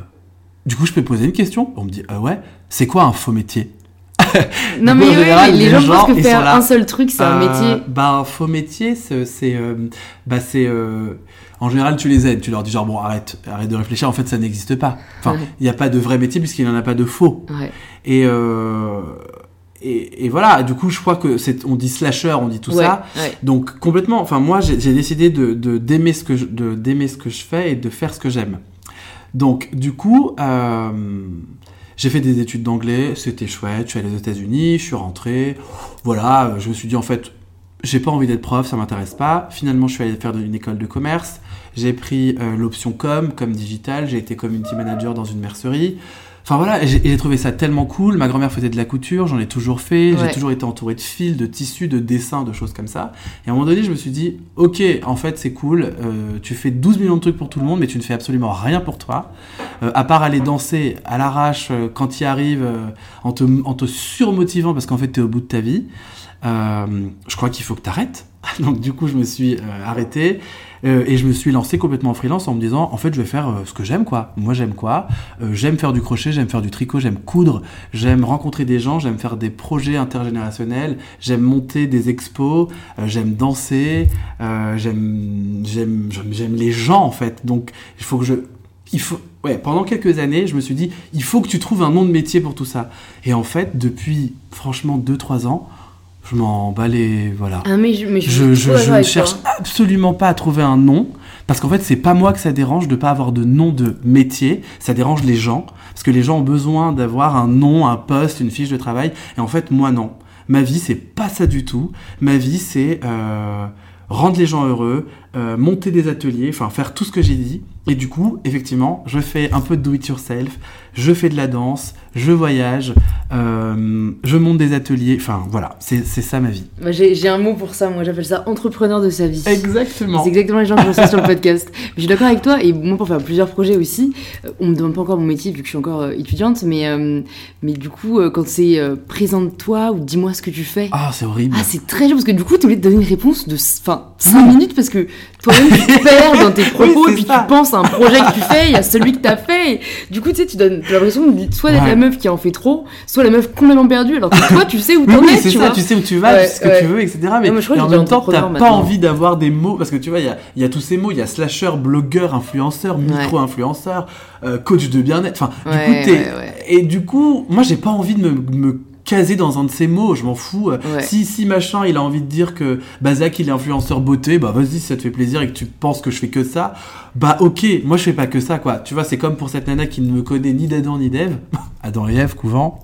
Speaker 2: Du coup, je peux poser une question? On me dit, euh, ouais. C'est quoi un faux métier?
Speaker 1: Non,
Speaker 2: Du coup,
Speaker 1: mais
Speaker 2: en
Speaker 1: ouais,
Speaker 2: général,
Speaker 1: les,
Speaker 2: les
Speaker 1: gens
Speaker 2: gens,
Speaker 1: pensent que
Speaker 2: ils
Speaker 1: faire
Speaker 2: sont là.
Speaker 1: un seul truc, c'est un
Speaker 2: Euh,
Speaker 1: métier.
Speaker 2: Bah un faux métier, c'est, c'est euh, bah c'est. Euh... En général, tu les aides. Tu leur dis genre bon, arrête, arrête de réfléchir. En fait, ça n'existe pas. Enfin, il
Speaker 1: Ouais.
Speaker 2: n'y a pas de vrai métier puisqu'il n'y en a pas de faux.
Speaker 1: Ouais.
Speaker 2: Et euh... Et, et voilà, du coup, je crois que c'est, on dit slasher, on dit tout
Speaker 1: Ouais,
Speaker 2: ça.
Speaker 1: ouais.
Speaker 2: Donc complètement. Enfin, moi, j'ai, j'ai décidé de, de d'aimer ce que je, de d'aimer ce que je fais et de faire ce que j'aime. Donc, du coup, euh, j'ai fait des études d'anglais. C'était chouette. Je suis allé aux États-Unis. Je suis rentré. Voilà. Je me suis dit en fait, j'ai pas envie d'être prof, ça m'intéresse pas. Finalement, je suis allé faire une école de commerce. J'ai pris euh, l'option com, com digital. J'ai été community manager dans une mercerie. Enfin voilà, et j'ai, et j'ai trouvé ça tellement cool. Ma grand-mère faisait de la couture, j'en ai toujours fait.
Speaker 1: Ouais.
Speaker 2: J'ai toujours été entouré de fils, de tissus, de dessins, de choses comme ça. Et à un moment donné, je me suis dit, ok, en fait, c'est cool. Euh, tu fais douze millions de trucs pour tout le monde, mais tu ne fais absolument rien pour toi. Euh, à part aller danser à l'arrache euh, quand tu y arrives, euh, en, te, en te surmotivant parce qu'en fait, tu es au bout de ta vie. Euh, je crois qu'il faut que tu arrêtes. Donc du coup, je me suis euh, arrêté euh, et je me suis lancé complètement en freelance en me disant, en fait, je vais faire euh, ce que j'aime, quoi. Moi, j'aime quoi euh, J'aime faire du crochet, j'aime faire du tricot, j'aime coudre, j'aime rencontrer des gens, j'aime faire des projets intergénérationnels, j'aime monter des expos, euh, j'aime danser, euh, j'aime, j'aime, j'aime, j'aime les gens, en fait. Donc, il faut que je... Il faut... Ouais, pendant quelques années, je me suis dit, il faut que tu trouves un nom de métier pour tout ça. Et en fait, depuis, franchement, deux trois ans, je m'en bats les... Voilà.
Speaker 1: Ah, mais je, mais je,
Speaker 2: Je,
Speaker 1: suis
Speaker 2: je,
Speaker 1: trop
Speaker 2: je
Speaker 1: d'accord
Speaker 2: ne
Speaker 1: avec
Speaker 2: cherche
Speaker 1: toi.
Speaker 2: absolument pas à trouver un nom, parce qu'en fait, c'est pas moi que ça dérange de pas avoir de nom de métier, ça dérange les gens, parce que les gens ont besoin d'avoir un nom, un poste, une fiche de travail, et en fait, moi, non. Ma vie, c'est pas ça du tout. Ma vie, c'est euh, rendre les gens heureux, euh, monter des ateliers, enfin, faire tout ce que j'ai dit, et du coup, effectivement, je fais un peu de do-it-yourself, je fais de la danse, je voyage, euh, je monte des ateliers, enfin, voilà, c'est, c'est ça ma vie.
Speaker 1: Moi, j'ai, j'ai un mot pour ça, moi j'appelle ça entrepreneur de sa vie.
Speaker 2: Exactement.
Speaker 1: C'est exactement les gens que je reçois sur le podcast. Mais je suis d'accord avec toi, et moi pour faire plusieurs projets aussi, euh, on me demande pas encore mon métier vu que je suis encore euh, étudiante, mais, euh, mais du coup, euh, quand c'est euh, présente-toi ou dis-moi ce que tu fais,
Speaker 2: Ah, c'est horrible.
Speaker 1: ah c'est très dur parce que du coup, t'es obligé de donner une réponse de cinq minutes parce que toi-même tu te perds dans tes propos
Speaker 2: Oui, c'est
Speaker 1: et puis
Speaker 2: ça.
Speaker 1: tu penses à un projet que tu fais, il y a celui que t'as fait. Et du coup, tu sais, tu donnes t'as l'impression de, soit d'être
Speaker 2: Ouais.
Speaker 1: la meuf qui en fait trop, soit la meuf complètement perdue, alors que toi, tu sais où
Speaker 2: Mais
Speaker 1: t'en
Speaker 2: oui,
Speaker 1: es,
Speaker 2: c'est
Speaker 1: tu
Speaker 2: ça,
Speaker 1: vois.
Speaker 2: tu sais où tu vas,
Speaker 1: Ouais,
Speaker 2: tu sais ce que
Speaker 1: ouais.
Speaker 2: tu veux, et cetera. Mais,
Speaker 1: Non, mais je crois
Speaker 2: et
Speaker 1: que
Speaker 2: en
Speaker 1: je dis
Speaker 2: même temps, t'as
Speaker 1: entrepreneur
Speaker 2: pas
Speaker 1: maintenant.
Speaker 2: envie d'avoir des mots, parce que tu vois, il y a, il y a tous ces mots, il y a slasher, blogueur, influenceur, micro-influenceur, euh, coach de bien-être, enfin, du
Speaker 1: Ouais,
Speaker 2: coup, t'es...
Speaker 1: ouais, ouais.
Speaker 2: Et du coup, moi, j'ai pas envie de me... me caser dans un de ces mots, je m'en fous.
Speaker 1: Ouais.
Speaker 2: Si, si machin, il a envie de dire que bah, Zach, il est influenceur beauté, bah vas-y, si ça te fait plaisir et que tu penses que je fais que ça, bah ok, moi je fais pas que ça, quoi. Tu vois, c'est comme pour cette nana qui ne me connaît ni d'Adam ni d'Ève. Adam et Ève, couvent.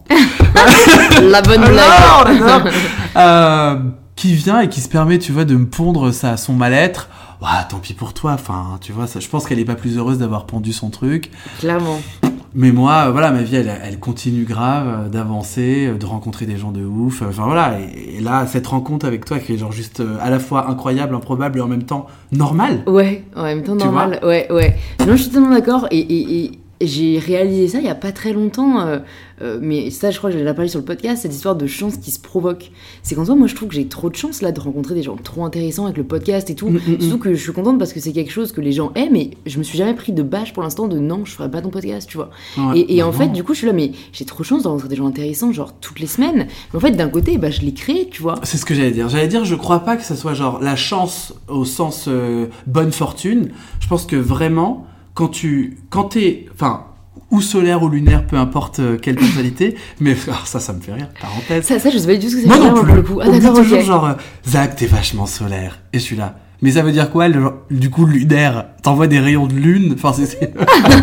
Speaker 1: La bonne blague.
Speaker 2: Ah non, non. Euh, qui vient et qui se permet, tu vois, de me pondre ça, son mal-être. Ouais, tant pis pour toi, enfin, tu vois, ça, je pense qu'elle est pas plus heureuse d'avoir pondu son truc.
Speaker 1: Clairement.
Speaker 2: Mais moi, euh, voilà, ma vie, elle, elle continue grave euh, d'avancer, euh, de rencontrer des gens de ouf. euh, Enfin voilà, et, et là, cette rencontre avec toi qui est genre juste euh, à la fois incroyable, improbable et en même temps normale.
Speaker 1: Ouais, en même temps
Speaker 2: Tu
Speaker 1: normal. Ouais, ouais. Non, je suis totalement d'accord. Et, et, et, j'ai réalisé ça il y a pas très longtemps, euh, euh, mais ça, je crois que j'ai déjà parlé sur le podcast, cette histoire de chance qui se provoque. C'est qu'en soi, moi, je trouve que j'ai trop de chance là de rencontrer des gens trop intéressants avec le podcast et tout.
Speaker 2: Mm, mm,
Speaker 1: Surtout
Speaker 2: mm.
Speaker 1: que je suis contente parce que c'est quelque chose que les gens aiment, et je me suis jamais pris de bâche pour l'instant de non, je ferai pas ton podcast, tu vois.
Speaker 2: Ouais,
Speaker 1: Et, et
Speaker 2: bah
Speaker 1: en
Speaker 2: non.
Speaker 1: fait, du coup, je suis là, mais j'ai trop de chance de rencontrer des gens intéressants, genre toutes les semaines. Mais en fait, d'un côté, bah, je l'ai créé, tu vois.
Speaker 2: C'est ce que j'allais dire. J'allais dire, je crois pas que ça soit genre la chance au sens euh, bonne fortune. Je pense que vraiment, quand tu, quand t'es, enfin, ou solaire ou lunaire, peu importe euh, quelle personnalité, mais ah, ça, ça me fait rire, parenthèse.
Speaker 1: Ça, ça je sais pas du tout ce que c'est.
Speaker 2: Moi non
Speaker 1: pour
Speaker 2: plus.
Speaker 1: le coup. Ah,
Speaker 2: On me dit
Speaker 1: d'accord,
Speaker 2: toujours
Speaker 1: ok.
Speaker 2: genre, euh, Zach, t'es vachement solaire. Et je suis là. Mais ça veut dire quoi, le, du coup, lunaire? T'envoies des rayons de lune? Enfin, c'est... c'est...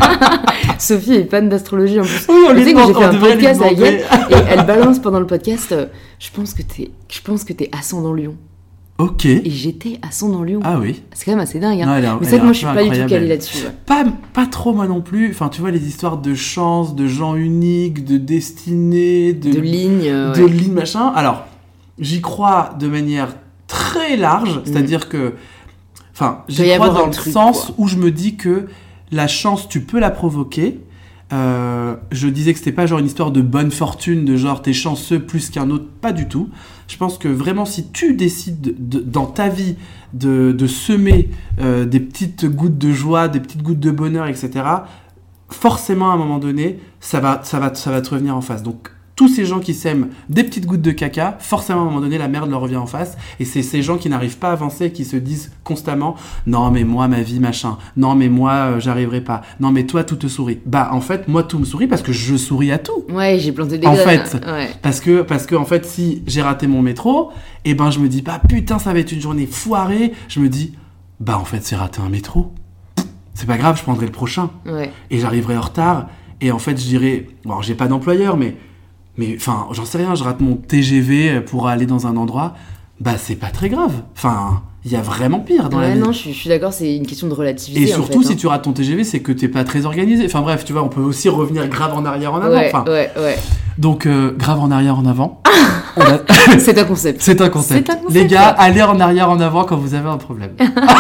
Speaker 1: Sophie est fan d'astrologie en plus.
Speaker 2: Oui, on
Speaker 1: Tu
Speaker 2: lui
Speaker 1: sais que
Speaker 2: demande,
Speaker 1: j'ai fait
Speaker 2: on
Speaker 1: un
Speaker 2: devrait lui
Speaker 1: podcast avec
Speaker 2: demander.
Speaker 1: elle et elle balance pendant le podcast. euh, je pense que t'es, je pense que t'es ascendant Lion.
Speaker 2: Ok.
Speaker 1: Et j'étais ascendant Lion.
Speaker 2: Ah oui.
Speaker 1: C'est quand même assez dingue. Hein.
Speaker 2: Non, elle est-
Speaker 1: Mais
Speaker 2: elle
Speaker 1: c'est vrai
Speaker 2: est
Speaker 1: que moi
Speaker 2: un
Speaker 1: je suis
Speaker 2: peu
Speaker 1: pas du tout
Speaker 2: incroyable,
Speaker 1: calée
Speaker 2: elle.
Speaker 1: là-dessus. Ouais.
Speaker 2: Pas, pas trop moi non plus. Enfin, tu vois, les histoires de chance, de gens uniques, de destinée, de,
Speaker 1: De ligne. euh,
Speaker 2: de
Speaker 1: ouais.
Speaker 2: ligne, machin. Alors, j'y crois de manière très large, c'est-à-dire que, enfin,
Speaker 1: Doit y
Speaker 2: j'y crois
Speaker 1: avoir
Speaker 2: dans
Speaker 1: un
Speaker 2: le
Speaker 1: truc,
Speaker 2: sens
Speaker 1: quoi.
Speaker 2: où je me dis que la chance, tu peux la provoquer. Euh, je disais que c'était pas genre une histoire de bonne fortune, de genre t'es chanceux plus qu'un autre, pas du tout. Je pense que vraiment, si tu décides de- de- dans ta vie de, de semer euh, des petites gouttes de joie, des petites gouttes de bonheur, et cetera, forcément à un moment donné, ça va, ça va, ça va te revenir en face. Donc tous ces gens qui sèment des petites gouttes de caca, forcément à un moment donné, la merde leur revient en face. Et c'est ces gens qui n'arrivent pas à avancer, qui se disent constamment « Non, mais moi, ma vie, machin. Non, mais moi, euh, j'arriverai pas. Non, mais toi, tout te sourit. » Bah, en fait, moi, tout me sourit parce que je souris à tout.
Speaker 1: Ouais, j'ai planté des
Speaker 2: En
Speaker 1: graines.
Speaker 2: fait.
Speaker 1: Ouais.
Speaker 2: Parce que, parce que en fait, si j'ai raté mon métro, et ben je me dis pas putain, ça va être une journée foirée. Je me dis, bah en fait, c'est raté un métro. C'est pas grave, je prendrai le prochain.
Speaker 1: Ouais.
Speaker 2: Et j'arriverai en retard. Et en fait, je dirais, bon, alors, j'ai pas d'employeur, mais, mais enfin, j'en sais rien, je rate mon T G V pour aller dans un endroit. Bah, c'est pas très grave. Enfin, il y a vraiment pire dans la
Speaker 1: Ouais,
Speaker 2: vie.
Speaker 1: non, je suis, je suis d'accord, c'est une question de relativiser.
Speaker 2: Et surtout,
Speaker 1: en fait,
Speaker 2: si
Speaker 1: hein.
Speaker 2: tu rates ton T G V, c'est que t'es pas très organisé. Enfin bref, tu vois, on peut aussi revenir grave en arrière, en avant.
Speaker 1: Ouais,
Speaker 2: Enfin,
Speaker 1: ouais, ouais.
Speaker 2: donc, euh, grave en arrière, en avant. On a-
Speaker 1: C'est un concept.
Speaker 2: C'est un concept.
Speaker 1: C'est un concept,
Speaker 2: Les gars,
Speaker 1: ça.
Speaker 2: allez en arrière, en avant quand vous avez un problème.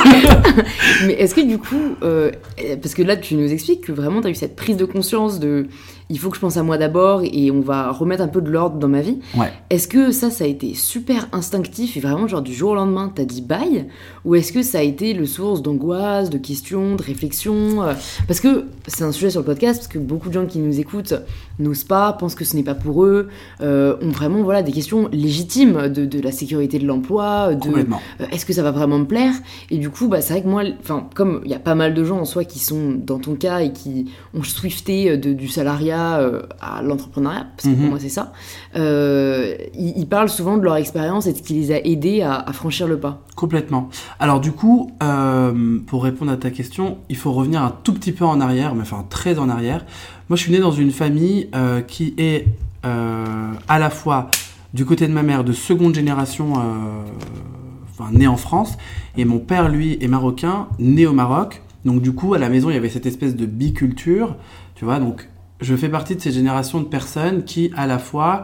Speaker 1: Mais est-ce que du coup, euh, parce que là tu nous expliques que vraiment tu as eu cette prise de conscience de il faut que je pense à moi d'abord et on va remettre un peu de l'ordre dans ma vie.
Speaker 2: Ouais.
Speaker 1: Est-ce que ça, ça a été super instinctif et vraiment genre du jour au lendemain t'as dit bye, ou est-ce que ça a été le source d'angoisse, de questions, de réflexions euh, Parce que c'est un sujet sur le podcast, parce que beaucoup de gens qui nous écoutent n'osent pas, pensent que ce n'est pas pour eux, euh, ont vraiment voilà des questions légitimes de, de la sécurité de l'emploi, de
Speaker 2: Complètement.
Speaker 1: euh, est-ce que ça va vraiment me plaire? Et du coup, bah, c'est vrai que moi, enfin, comme il y a pas mal de gens en soi qui sont dans ton cas et qui ont swifté de, du salariat euh, à l'entrepreneuriat, parce que
Speaker 2: Mhm.
Speaker 1: pour moi c'est ça, euh, ils, ils parlent souvent de leur expérience et de ce qui les a aidés à, à franchir le pas.
Speaker 2: Complètement. Alors du coup, euh, pour répondre à ta question, il faut revenir un tout petit peu en arrière, mais enfin très en arrière. Moi, je suis né dans une famille euh, qui est euh, à la fois du côté de ma mère de seconde génération, euh, enfin né en France, et mon père, lui, est marocain, né au Maroc. Donc du coup, à la maison, il y avait cette espèce de biculture, tu vois. Donc, je fais partie de ces générations de personnes qui, à la fois,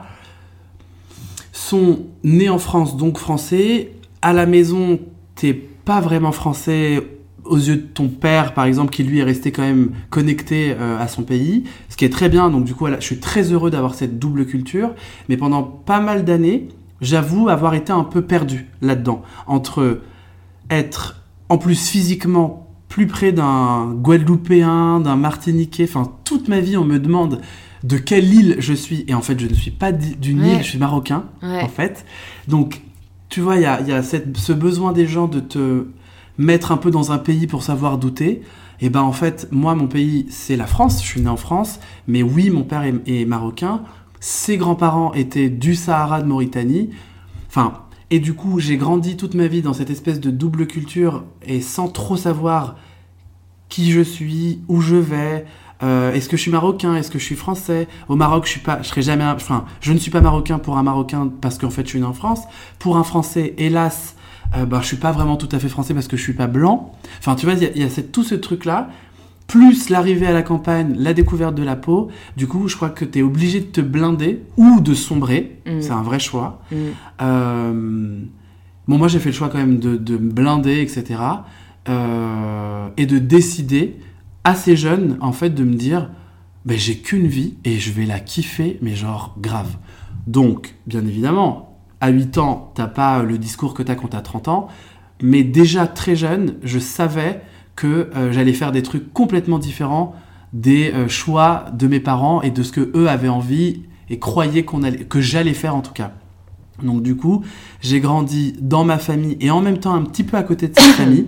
Speaker 2: sont nées en France, donc français. À la maison, t'es pas vraiment français aux yeux de ton père, par exemple, qui lui est resté quand même connecté euh, à son pays, ce qui est très bien. Donc du coup, voilà, je suis très heureux d'avoir cette double culture. Mais pendant pas mal d'années, j'avoue avoir été un peu perdu là-dedans, entre être en plus physiquement plus près d'un Guadeloupéen, d'un Martiniquais. Enfin, toute ma vie, on me demande de quelle île je suis. Et en fait, je ne suis pas d- d'une
Speaker 1: Ouais.
Speaker 2: île, je suis marocain,
Speaker 1: Ouais.
Speaker 2: en fait. Donc, tu vois, il y a, il y a cette, ce besoin des gens de te mettre un peu dans un pays pour savoir d'où t'es. Et ben en fait, moi, mon pays, c'est la France. Je suis né en France. Mais oui, mon père est, est marocain. Ses grands-parents étaient du Sahara de Mauritanie. Enfin, et du coup, j'ai grandi toute ma vie dans cette espèce de double culture et sans trop savoir qui je suis, où je vais. Euh, est-ce que je suis marocain? Est-ce que je suis français? Au Maroc, je suis pas, je serai jamais, un- enfin, je ne suis pas marocain pour un marocain parce qu'en fait, je suis né en France. Pour un français, hélas, euh, ben, je suis pas vraiment tout à fait français parce que je suis pas blanc. Enfin, tu vois, il y a, il y a cette- tout ce truc-là, plus l'arrivée à la campagne, la découverte de la peau. Du coup, je crois que tu es obligé de te blinder ou de sombrer.
Speaker 1: Mm.
Speaker 2: C'est un vrai choix.
Speaker 1: Mm.
Speaker 2: Euh, Bon, moi, j'ai fait le choix quand même de, de me blinder, et cetera. Euh, et de décider, assez jeune, en fait, de me dire, ben, j'ai qu'une vie et je vais la kiffer, mais genre grave. Donc, bien évidemment, à huit ans, t'as pas le discours que t'as quand t'as trente ans, mais déjà très jeune, je savais que euh, j'allais faire des trucs complètement différents des euh, choix de mes parents et de ce que eux avaient envie et croyaient qu'on allait, que j'allais faire en tout cas. Donc du coup, j'ai grandi dans ma famille et en même temps un petit peu à côté de cette famille,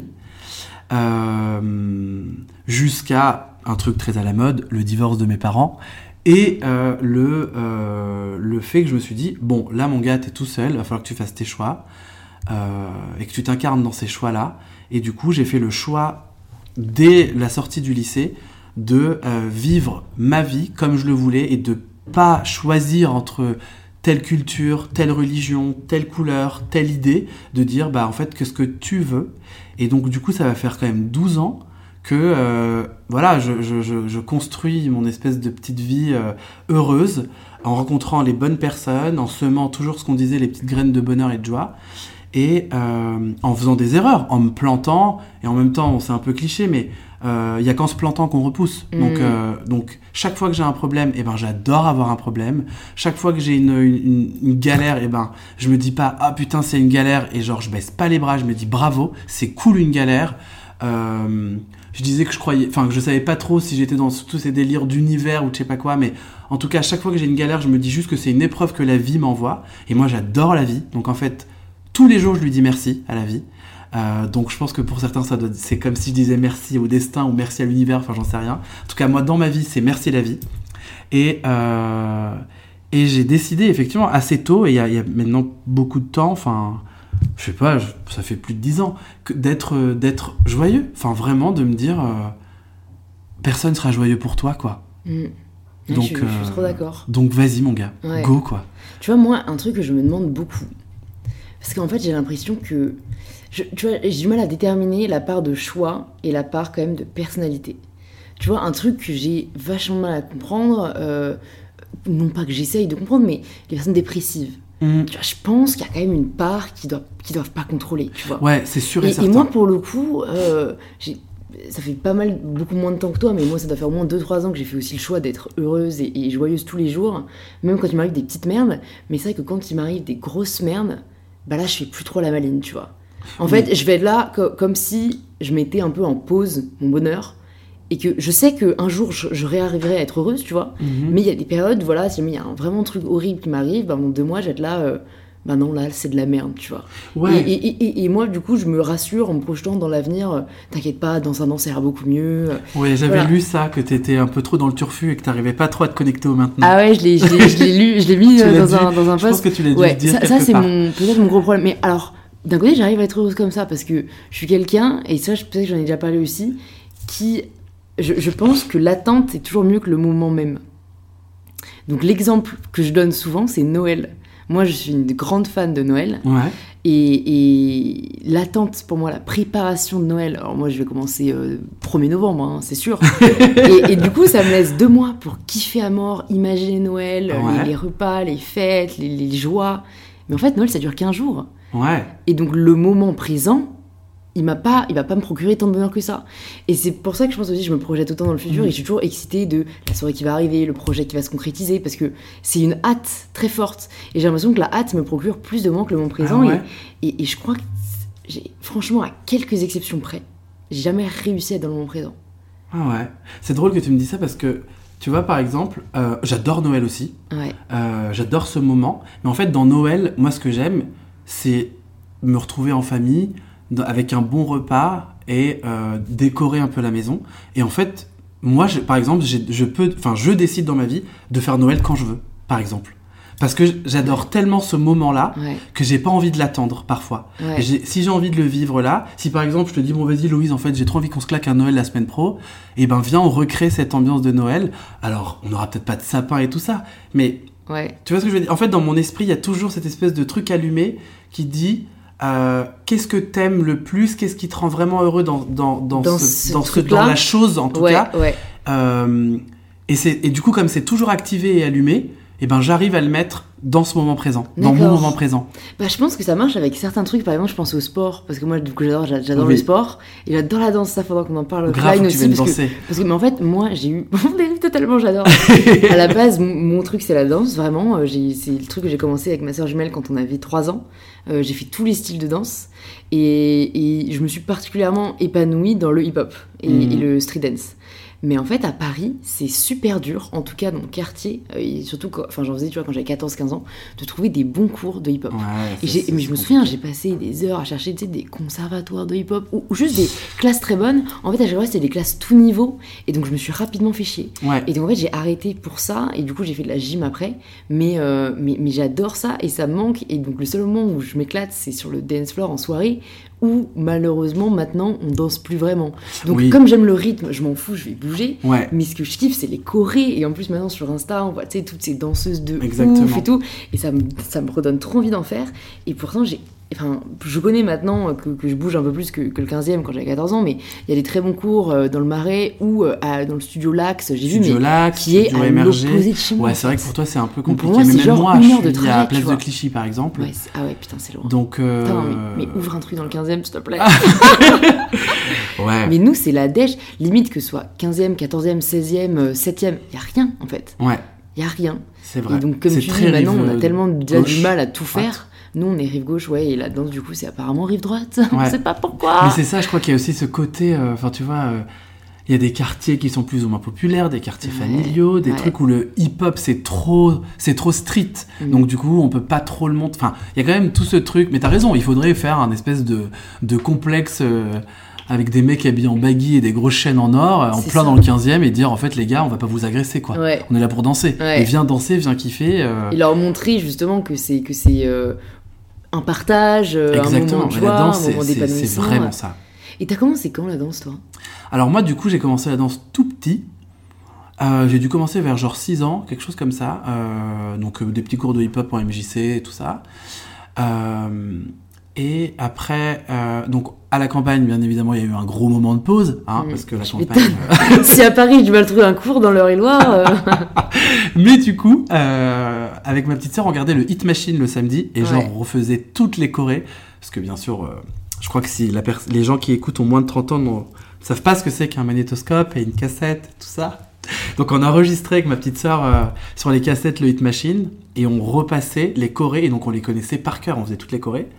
Speaker 2: euh, jusqu'à un truc très à la mode, le divorce de mes parents et euh, le, euh, le fait que je me suis dit, bon là mon gars t'es tout seul, il va falloir que tu fasses tes choix euh, et que tu t'incarnes dans ces choix-là. Et du coup, j'ai fait le choix dès la sortie du lycée de euh, vivre ma vie comme je le voulais et de pas choisir entre telle culture, telle religion, telle couleur, telle idée, de dire bah en fait que ce que tu veux. Et donc du coup ça va faire quand même douze ans que euh, voilà je, je, je, je construis mon espèce de petite vie euh, heureuse en rencontrant les bonnes personnes, en semant toujours ce qu'on disait, les petites graines de bonheur et de joie. Et euh, en faisant des erreurs, en me plantant, et en même temps, c'est un peu cliché, mais il euh, n'y a qu'en se plantant qu'on repousse. Mmh. Donc, euh, donc, chaque fois que j'ai un problème, eh ben, j'adore avoir un problème. Chaque fois que j'ai une, une, une galère, eh ben, je me dis pas « Ah putain, c'est une galère » et genre, je baisse pas les bras, je me dis « Bravo, c'est cool une galère euh, ». Je disais que je croyais, enfin, que je savais pas trop si j'étais dans tous ces délires d'univers ou de je sais pas quoi, mais en tout cas, chaque fois que j'ai une galère, je me dis juste que c'est une épreuve que la vie m'envoie. Et moi, j'adore la vie. Donc, en fait, tous les jours, je lui dis merci à la vie. Euh, donc, je pense que pour certains, ça doit, c'est comme si je disais merci au destin ou merci à l'univers. Enfin, j'en sais rien. En tout cas, moi, dans ma vie, c'est merci la vie. Et, euh, et j'ai décidé, effectivement, assez tôt, et il y, y a maintenant beaucoup de temps, enfin, je sais pas, je, ça fait plus de dix ans, que d'être, euh, d'être joyeux. Enfin, vraiment, de me dire, euh, personne sera joyeux pour toi, quoi.
Speaker 1: Mmh.
Speaker 2: Donc,
Speaker 1: je, suis, euh, je suis trop d'accord.
Speaker 2: Donc, vas-y, mon gars. Ouais. Go, quoi.
Speaker 1: Tu vois, moi, un truc que je me demande beaucoup, parce qu'en fait, j'ai l'impression que... Je, tu vois, j'ai du mal à déterminer la part de choix et la part, quand même, de personnalité. Tu vois, un truc que j'ai vachement mal à comprendre, euh, non pas que j'essaye de comprendre, mais les personnes dépressives. Mmh. Tu vois, je pense qu'il y a quand même une part qui doit, qui doivent pas contrôler, tu vois.
Speaker 2: Ouais, c'est sûr et, et certain.
Speaker 1: Et moi, pour le coup, euh, j'ai... ça fait pas mal, beaucoup moins de temps que toi, mais moi, ça doit faire au moins deux trois ans que j'ai fait aussi le choix d'être heureuse et, et joyeuse tous les jours, même quand il m'arrive des petites merdes. Mais c'est vrai que quand il m'arrive des grosses merdes, bah là, je fais plus trop la maline, tu vois. En oui. fait, je vais être là co- comme si je mettais un peu en pause mon bonheur et que je sais qu'un jour, je, je réarriverai à être heureuse, tu vois. Mm-hmm. Mais il y a des périodes, voilà, si il y a un vraiment truc horrible qui m'arrive, bah, dans deux mois, je vais être là... Euh, bah non, là, c'est de la merde, tu vois.
Speaker 2: Ouais.
Speaker 1: Et, et, et, et moi, du coup, je me rassure en me projetant dans l'avenir. Euh, T'inquiète pas, dans un an, ça ira beaucoup mieux.
Speaker 2: Ouais, j'avais voilà. lu ça, que t'étais un peu trop dans le turfu et que t'arrivais pas trop à te connecter au maintenant.
Speaker 1: Ah ouais, je l'ai, je l'ai, je l'ai lu, je l'ai mis euh, dans, un, dans un post.
Speaker 2: Je pense que tu l'as dû
Speaker 1: ouais,
Speaker 2: dire
Speaker 1: ça,
Speaker 2: quelque
Speaker 1: ça c'est
Speaker 2: part.
Speaker 1: mon, peut-être mon gros problème. Mais alors, d'un côté, j'arrive à être heureuse comme ça parce que je suis quelqu'un, et ça, peut-être que j'en ai déjà parlé aussi, qui... Je, je pense que l'attente est toujours mieux que le moment même. Donc, l'exemple que je donne souvent, c'est Noël. Moi, je suis une grande fan de Noël.
Speaker 2: Ouais.
Speaker 1: Et, et l'attente, pour moi, la préparation de Noël... Alors moi, je vais commencer euh, premier novembre, hein, c'est sûr. et, et du coup, ça me laisse deux mois pour kiffer à mort, imaginer Noël,
Speaker 2: ouais.
Speaker 1: les, les repas, les fêtes, les, les joies. Mais en fait, Noël, ça dure quinze jours.
Speaker 2: Ouais.
Speaker 1: Et donc, le moment présent, il m'a pas, il va pas me procurer tant de bonheur que ça. Et c'est pour ça que je pense aussi, je me projette autant dans le futur, mmh. et je suis toujours excitée de la soirée qui va arriver, le projet qui va se concrétiser, parce que c'est une hâte très forte. Et j'ai l'impression que la hâte me procure plus de moments que le moment présent. Ah ouais. et, et, et je crois que, j'ai, franchement, à quelques exceptions près, j'ai jamais réussi à être dans le moment présent.
Speaker 2: Ah ouais. C'est drôle que tu me dis ça parce que, tu vois, par exemple, euh, j'adore Noël aussi.
Speaker 1: Ouais.
Speaker 2: Euh, j'adore ce moment. Mais en fait, dans Noël, moi, ce que j'aime, c'est me retrouver en famille, avec un bon repas et euh, décorer un peu la maison. Et en fait, moi, je, par exemple, j'ai, je peux, enfin, je décide dans ma vie de faire Noël quand je veux, par exemple. Parce que j'adore ouais. tellement ce moment-là
Speaker 1: ouais.
Speaker 2: que j'ai pas envie de l'attendre parfois.
Speaker 1: Ouais.
Speaker 2: J'ai, si j'ai envie de le vivre là, si par exemple je te dis bon vas-y Louise, en fait j'ai trop envie qu'on se claque un Noël la semaine pro, et ben viens on recrée cette ambiance de Noël. Alors on n'aura peut-être pas de sapin et tout ça, mais
Speaker 1: ouais.
Speaker 2: tu vois ce que je veux dire ? En fait dans mon esprit il y a toujours cette espèce de truc allumé qui dit euh, qu'est-ce que t'aimes le plus, qu'est-ce qui te rend vraiment heureux dans dans dans,
Speaker 1: dans
Speaker 2: ce,
Speaker 1: ce
Speaker 2: dans, ce, dans la chose en tout
Speaker 1: ouais,
Speaker 2: cas.
Speaker 1: Ouais.
Speaker 2: Euh, et c'est et du coup comme c'est toujours activé et allumé. Et ben j'arrive à le mettre dans ce moment présent, D'accord. dans mon moment présent.
Speaker 1: Bah je pense que ça marche avec certains trucs, par exemple je pense au sport, parce que moi du coup j'adore, j'adore
Speaker 2: oui.
Speaker 1: le sport, et j'adore la danse, ça faudra qu'on en parle
Speaker 2: grave
Speaker 1: offline
Speaker 2: aussi.
Speaker 1: Parce
Speaker 2: danser.
Speaker 1: que, parce que mais en fait moi j'ai eu, totalement, j'adore. À la base, mon, mon truc, c'est la danse, vraiment. J'ai, c'est le truc que j'ai commencé avec ma sœur jumelle quand on avait trois ans. Euh, j'ai fait tous les styles de danse. Et, et je me suis particulièrement épanouie dans le hip-hop et, mmh. et le street dance. Mais en fait, à Paris, c'est super dur, en tout cas dans le quartier, euh, et surtout, quand, enfin, j'en faisais, tu vois, quand j'avais quatorze quinze ans, de trouver des bons cours de hip-hop.
Speaker 2: Ouais,
Speaker 1: et j'ai, mais je me souviens, j'ai passé des heures à chercher, tu sais, des conservatoires de hip-hop, ou, ou juste des classes très bonnes. En fait, à chaque fois, c'était des classes tout niveau, et donc je me suis rapidement fait chier.
Speaker 2: Ouais.
Speaker 1: Et donc, en fait, j'ai arrêté pour ça, et du coup, j'ai fait de la gym après, mais, euh, mais, mais j'adore ça, et ça me manque, et donc le seul moment où je m'éclate, c'est sur le dance floor en soirée, où malheureusement maintenant on danse plus vraiment. Donc oui. Comme j'aime le rythme, je m'en fous, je vais bouger. Ouais. Mais ce que je kiffe, c'est les chorés. Et en plus maintenant sur Insta, on voit tu sais toutes ces danseuses de Exactement. Ouf et tout. Et ça me ça me redonne trop envie d'en faire. Et pourtant j'ai Enfin, je connais maintenant que, que je bouge un peu plus que, que le quinzième quand j'avais quatorze ans, mais il y a des très bons cours euh, dans le Marais ou euh, à, dans le studio Lax, j'ai
Speaker 2: studio
Speaker 1: vu, mais
Speaker 2: Lax,
Speaker 1: qui est à
Speaker 2: émergé.
Speaker 1: L'opposé de chez moi.
Speaker 2: Ouais, c'est vrai que pour toi c'est un peu compliqué.
Speaker 1: Moi,
Speaker 2: mais
Speaker 1: c'est
Speaker 2: même
Speaker 1: genre
Speaker 2: moi,
Speaker 1: une
Speaker 2: je
Speaker 1: heure de
Speaker 2: suis
Speaker 1: trajet,
Speaker 2: à Place
Speaker 1: tu
Speaker 2: de
Speaker 1: vois.
Speaker 2: Clichy par exemple.
Speaker 1: Ouais, ah ouais, putain, c'est loin.
Speaker 2: Donc, euh...
Speaker 1: Putain, mais, mais ouvre un truc dans le quinzième, s'il te plaît.
Speaker 2: Ouais.
Speaker 1: Mais nous, c'est la dèche, limite que ce soit quinzième, quatorzième, seizième, septième, il n'y a rien en fait.
Speaker 2: Ouais.
Speaker 1: Il n'y a rien.
Speaker 2: C'est vrai.
Speaker 1: Et donc, comme
Speaker 2: c'est
Speaker 1: tu
Speaker 2: très
Speaker 1: dis, maintenant,
Speaker 2: rive,
Speaker 1: on a tellement déjà
Speaker 2: gauche,
Speaker 1: du mal à tout faire.
Speaker 2: droite.
Speaker 1: Nous, on est rive gauche, ouais, et la danse, du coup, c'est apparemment rive droite.
Speaker 2: Ouais.
Speaker 1: On sait pas pourquoi.
Speaker 2: Mais c'est ça, je crois qu'il y a aussi ce côté, enfin, euh, tu vois, il euh, y a des quartiers qui sont plus ou moins populaires, des quartiers ouais. familiaux, des ouais. trucs où le hip-hop, c'est trop, c'est trop street. Mm. Donc, du coup, on peut pas trop le montrer. Enfin, il y a quand même tout ce truc. Mais t'as raison, il faudrait faire un espèce de, de complexe. Euh, avec des mecs habillés en baggy et des grosses chaînes en or, en c'est plein ça. Dans le quinzième, et dire en fait les gars, on va pas vous agresser quoi. Ouais. On est là pour danser. Ouais. Et viens danser, viens kiffer. Euh...
Speaker 1: Et leur montrer justement que c'est que c'est euh, un partage, euh,
Speaker 2: Exactement.
Speaker 1: un moment de
Speaker 2: joie,
Speaker 1: la danse,
Speaker 2: un
Speaker 1: moment
Speaker 2: c'est,
Speaker 1: d'épanouissement.
Speaker 2: C'est vraiment ça.
Speaker 1: Et t'as commencé quand la danse toi ?
Speaker 2: Alors moi du coup j'ai commencé la danse tout petit. Euh, j'ai dû commencer vers genre six ans, quelque chose comme ça. Euh, donc euh, des petits cours de hip-hop en M J C et tout ça. Euh, et après, euh, donc à la campagne, bien évidemment, il y a eu un gros moment de pause, hein, mmh, parce que la campagne...
Speaker 1: Euh... si à Paris, je vais trouver un cours dans l'Eure-et-Loire... Euh...
Speaker 2: Mais du coup, euh, avec ma petite sœur, on regardait le Hit Machine le samedi, et ouais. genre, on refaisait toutes les chorés, parce que bien sûr, euh, je crois que si la pers- les gens qui écoutent ont moins de trente ans ne savent pas ce que c'est qu'un magnétoscope et une cassette, tout ça. Donc on enregistrait avec ma petite sœur euh, sur les cassettes le Hit Machine, et on repassait les chorés, et donc on les connaissait par cœur, on faisait toutes les chorés.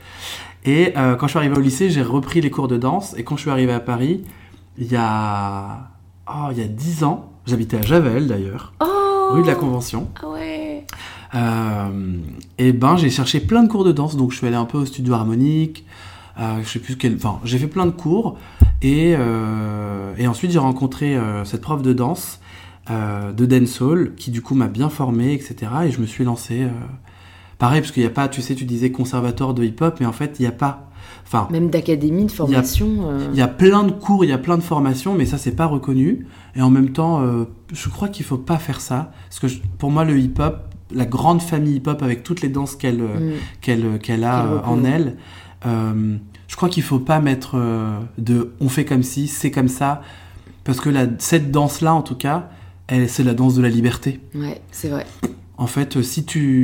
Speaker 2: Et euh, quand je suis arrivé au lycée, j'ai repris les cours de danse. Et quand je suis arrivé à Paris, il y a... Oh, il y a dix ans, j'habitais à Javel d'ailleurs,
Speaker 1: oh
Speaker 2: rue de la Convention.
Speaker 1: Ah ouais.
Speaker 2: Euh, et ben, j'ai cherché plein de cours de danse. Donc je suis allé un peu au studio harmonique. Euh, je sais plus quel... Enfin, j'ai fait plein de cours. Et, euh, et ensuite, j'ai rencontré euh, cette prof de danse, euh, de dancehall, qui du coup m'a bien formé, et cetera. Et je me suis lancé... Euh, Pareil, parce qu'il n'y a pas, tu sais, tu disais conservatoire de hip-hop, mais en fait, il n'y a pas... Enfin,
Speaker 1: même d'académie, de formation...
Speaker 2: Il y, a,
Speaker 1: euh...
Speaker 2: il y a plein de cours, il y a plein de formations, mais ça, c'est pas reconnu. Et en même temps, euh, je crois qu'il ne faut pas faire ça. Parce que je, pour moi, le hip-hop, la grande famille hip-hop, avec toutes les danses qu'elle, mm. qu'elle, qu'elle a euh, en elle, euh, je crois qu'il ne faut pas mettre euh, de « on fait comme ci, c'est comme ça ». Parce que la, cette danse-là, en tout cas, elle, c'est la danse de la liberté.
Speaker 1: Ouais, c'est vrai.
Speaker 2: En fait, si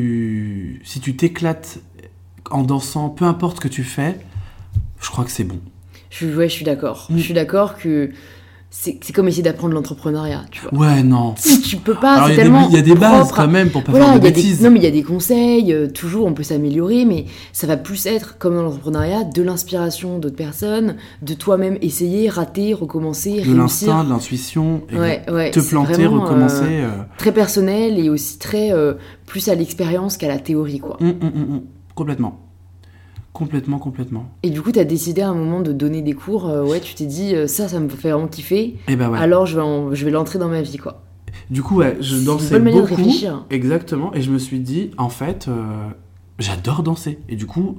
Speaker 2: tu, si tu t'éclates en dansant, peu importe ce que tu fais, je crois que c'est bon.
Speaker 1: Je, ouais, je suis d'accord. Mmh. Je suis d'accord que c'est, c'est comme essayer d'apprendre l'entrepreneuriat, tu vois.
Speaker 2: Ouais, non.
Speaker 1: Si tu peux pas,
Speaker 2: alors,
Speaker 1: c'est tellement
Speaker 2: il y a des bases
Speaker 1: propre.
Speaker 2: Quand même pour pas
Speaker 1: voilà,
Speaker 2: faire de bêtises.
Speaker 1: Des, non, mais il y a des conseils, euh, toujours on peut s'améliorer, mais ça va plus être, comme dans l'entrepreneuriat, de l'inspiration d'autres personnes, de toi-même essayer, rater, recommencer,
Speaker 2: de
Speaker 1: réussir.
Speaker 2: De l'instinct, de l'intuition,
Speaker 1: ouais, ouais,
Speaker 2: te planter,
Speaker 1: vraiment,
Speaker 2: recommencer.
Speaker 1: Euh, euh... Très personnel et aussi très euh, plus à l'expérience qu'à la théorie, quoi.
Speaker 2: Mmh, mmh, mmh, complètement. Complètement, complètement.
Speaker 1: Et du coup, tu as décidé à un moment de donner des cours. Euh, ouais, tu t'es dit, euh, ça, ça me fait vraiment kiffer.
Speaker 2: Et ben ouais.
Speaker 1: Alors, je vais, en, je vais l'entrer dans ma vie, quoi.
Speaker 2: Du coup, ouais, je
Speaker 1: c'est
Speaker 2: dansais
Speaker 1: une bonne manière
Speaker 2: beaucoup.
Speaker 1: De réfléchir.
Speaker 2: Exactement. Et je me suis dit, en fait, euh, j'adore danser. Et du coup,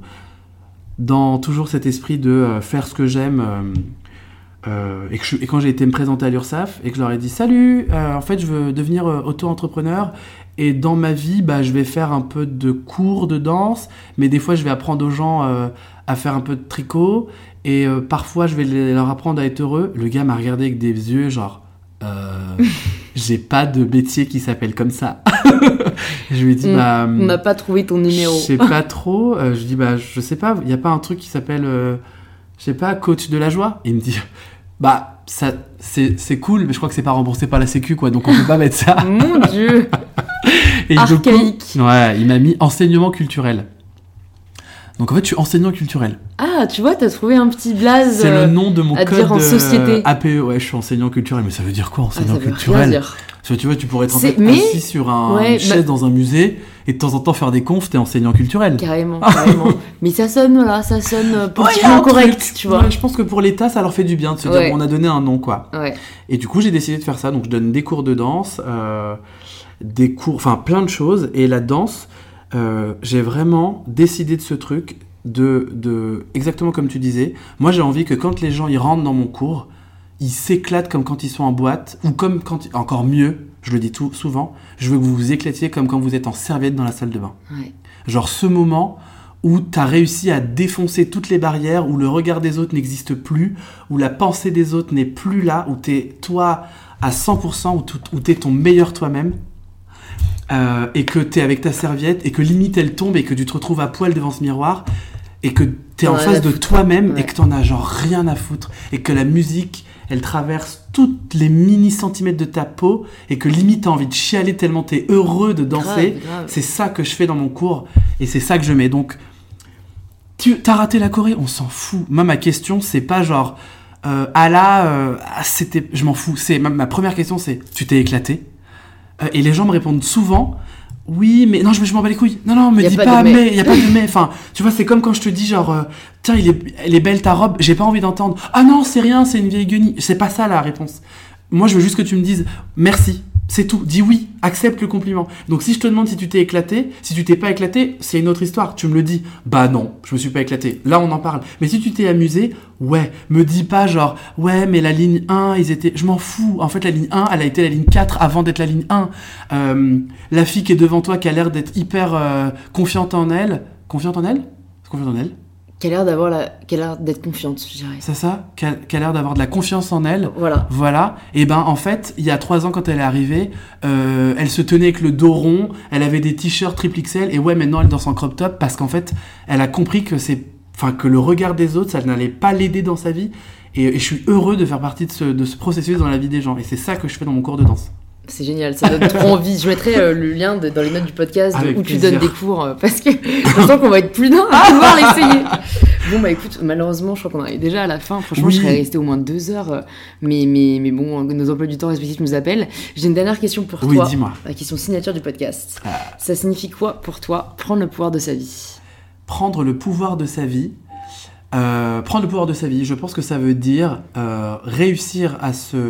Speaker 2: dans toujours cet esprit de euh, faire ce que j'aime... Euh, Euh, et, que je, et quand j'ai été me présenter à l'URSSAF et que je leur ai dit salut, euh, en fait je veux devenir euh, auto-entrepreneur et dans ma vie bah, je vais faire un peu de cours de danse, mais des fois je vais apprendre aux gens euh, à faire un peu de tricot et euh, parfois je vais les, leur apprendre à être heureux. Le gars m'a regardé avec des yeux genre euh, j'ai pas de métier qui s'appelle comme ça. Je lui ai dit
Speaker 1: on,
Speaker 2: bah
Speaker 1: on n'a pas trouvé ton numéro.
Speaker 2: Je sais pas trop. Euh, je dis bah je sais pas, il y a pas un truc qui s'appelle euh, je sais pas, coach de la joie. Et il me dit, bah, ça, c'est, c'est cool, mais je crois que c'est pas remboursé par la Sécu, quoi, donc on peut pas mettre ça.
Speaker 1: Mon Dieu.
Speaker 2: Et
Speaker 1: archaïque.
Speaker 2: Du coup, ouais, il m'a mis enseignement culturel. Donc en fait, je suis enseignant culturel.
Speaker 1: Ah, tu vois, t'as trouvé un petit blaze.
Speaker 2: C'est le nom de mon
Speaker 1: à
Speaker 2: code
Speaker 1: dire en société.
Speaker 2: A P E. Ouais, je suis enseignant culturel, mais ça veut dire quoi, enseignant
Speaker 1: ah, ça veut
Speaker 2: culturel
Speaker 1: rien dire.
Speaker 2: Parce que tu vois, tu pourrais être en
Speaker 1: C'est-
Speaker 2: fait
Speaker 1: mais-
Speaker 2: assis sur un,
Speaker 1: Ouais,
Speaker 2: une chaise
Speaker 1: bah-
Speaker 2: dans un musée et de temps en temps faire des confs, t'es enseignant culturel.
Speaker 1: Carrément, carrément. Mais ça sonne, là, ça sonne euh,
Speaker 2: Ouais, y a
Speaker 1: politiquement
Speaker 2: un
Speaker 1: correct,
Speaker 2: truc.
Speaker 1: tu vois.
Speaker 2: Ouais, je pense que pour l'État, ça leur fait du bien de se
Speaker 1: Ouais.
Speaker 2: dire on a donné un nom, quoi.
Speaker 1: Ouais.
Speaker 2: Et du coup, j'ai décidé de faire ça. Donc, je donne des cours de danse, euh, des cours, enfin plein de choses. Et la danse, euh, j'ai vraiment décidé de ce truc, de, de exactement comme tu disais. Moi, j'ai envie que quand les gens ils rentrent dans mon cours, ils s'éclatent comme quand ils sont en boîte, ou comme quand, encore mieux, je le dis tout souvent, je veux que vous vous éclatiez comme quand vous êtes en serviette dans la salle de bain.
Speaker 1: Ouais.
Speaker 2: Genre ce moment où tu as réussi à défoncer toutes les barrières, où le regard des autres n'existe plus, où la pensée des autres n'est plus là, où tu es toi à cent pour cent, où tu es ton meilleur toi-même, euh, et que tu es avec ta serviette, et que limite elle tombe, et que tu te retrouves à poil devant ce miroir, et que tu es en
Speaker 1: Ouais,
Speaker 2: face
Speaker 1: la
Speaker 2: de
Speaker 1: foutre.
Speaker 2: toi-même,
Speaker 1: Ouais.
Speaker 2: et que tu en as genre rien à foutre, et que la musique, elle traverse toutes les mini-centimètres de ta peau, et que limite tu as envie de chialer tellement tu es heureux de danser.
Speaker 1: Grave, grave.
Speaker 2: C'est ça que je fais dans mon cours, et c'est ça que je mets. Donc, tu as raté la Corée, on s'en fout. Moi, ma question, c'est pas genre, euh, ah là, euh, ah, c'était, je m'en fous. C'est ma, ma première question, c'est, tu t'es éclaté. Euh, et les gens me répondent souvent, oui, mais non, je, je m'en bats les couilles. Non, non, me
Speaker 1: Y a
Speaker 2: dis
Speaker 1: pas
Speaker 2: pas,
Speaker 1: de mais.
Speaker 2: mais, il y a pas de mais. Enfin, tu vois, c'est comme quand je te dis genre, euh, tiens, il est, elle est belle ta robe. J'ai pas envie d'entendre. Ah non, c'est rien, c'est une vieille guenille. C'est pas ça la réponse. Moi, je veux juste que tu me dises merci. C'est tout. Dis oui. Accepte le compliment. Donc, si je te demande si tu t'es éclaté, si tu t'es pas éclaté, c'est une autre histoire. Tu me le dis. Bah non, je me suis pas éclaté. Là, on en parle. Mais si tu t'es amusé, ouais. Me dis pas genre, ouais, mais la ligne un, ils étaient. Je m'en fous. En fait, la ligne un, elle a été la ligne quatre avant d'être la ligne un. Euh, la fille qui est devant toi, qui a l'air d'être hyper euh, confiante en elle. Confiante en elle Confiante en elle
Speaker 1: Qui a l'air d'avoir la... qui a l'air d'être confiante, je dirais.
Speaker 2: C'est ça qui a, qui a l'air d'avoir de la confiance en elle.
Speaker 1: Voilà.
Speaker 2: Voilà. Et ben en fait, il y a trois ans quand elle est arrivée, euh, elle se tenait avec le dos rond, elle avait des t-shirts triple X L et ouais maintenant elle danse en crop top parce qu'en fait elle a compris que c'est, enfin que le regard des autres ça n'allait pas l'aider dans sa vie et, et je suis heureux de faire partie de ce, de ce processus dans la vie des gens et c'est ça que je fais dans mon cours de danse.
Speaker 1: C'est génial, ça donne trop envie. Je mettrai euh, le lien de- dans les notes du podcast de
Speaker 2: Avec
Speaker 1: où tu
Speaker 2: plaisir.
Speaker 1: donnes des cours euh, parce que je sens qu'on va être plus d'un à pouvoir l'essayer. Bon bah écoute, malheureusement je crois qu'on arrive déjà à la fin. Franchement
Speaker 2: Oui.
Speaker 1: je serais restée au moins deux heures, euh, mais, mais, mais bon, nos emplois du temps respectifs nous appellent. J'ai une dernière question pour
Speaker 2: Oui,
Speaker 1: toi,
Speaker 2: dis-moi.
Speaker 1: la question signature du podcast.
Speaker 2: Ah.
Speaker 1: Ça signifie quoi pour toi prendre le pouvoir de sa vie?
Speaker 2: Prendre le pouvoir de sa vie. Euh, prendre le pouvoir de sa vie, je pense que ça veut dire euh, réussir à se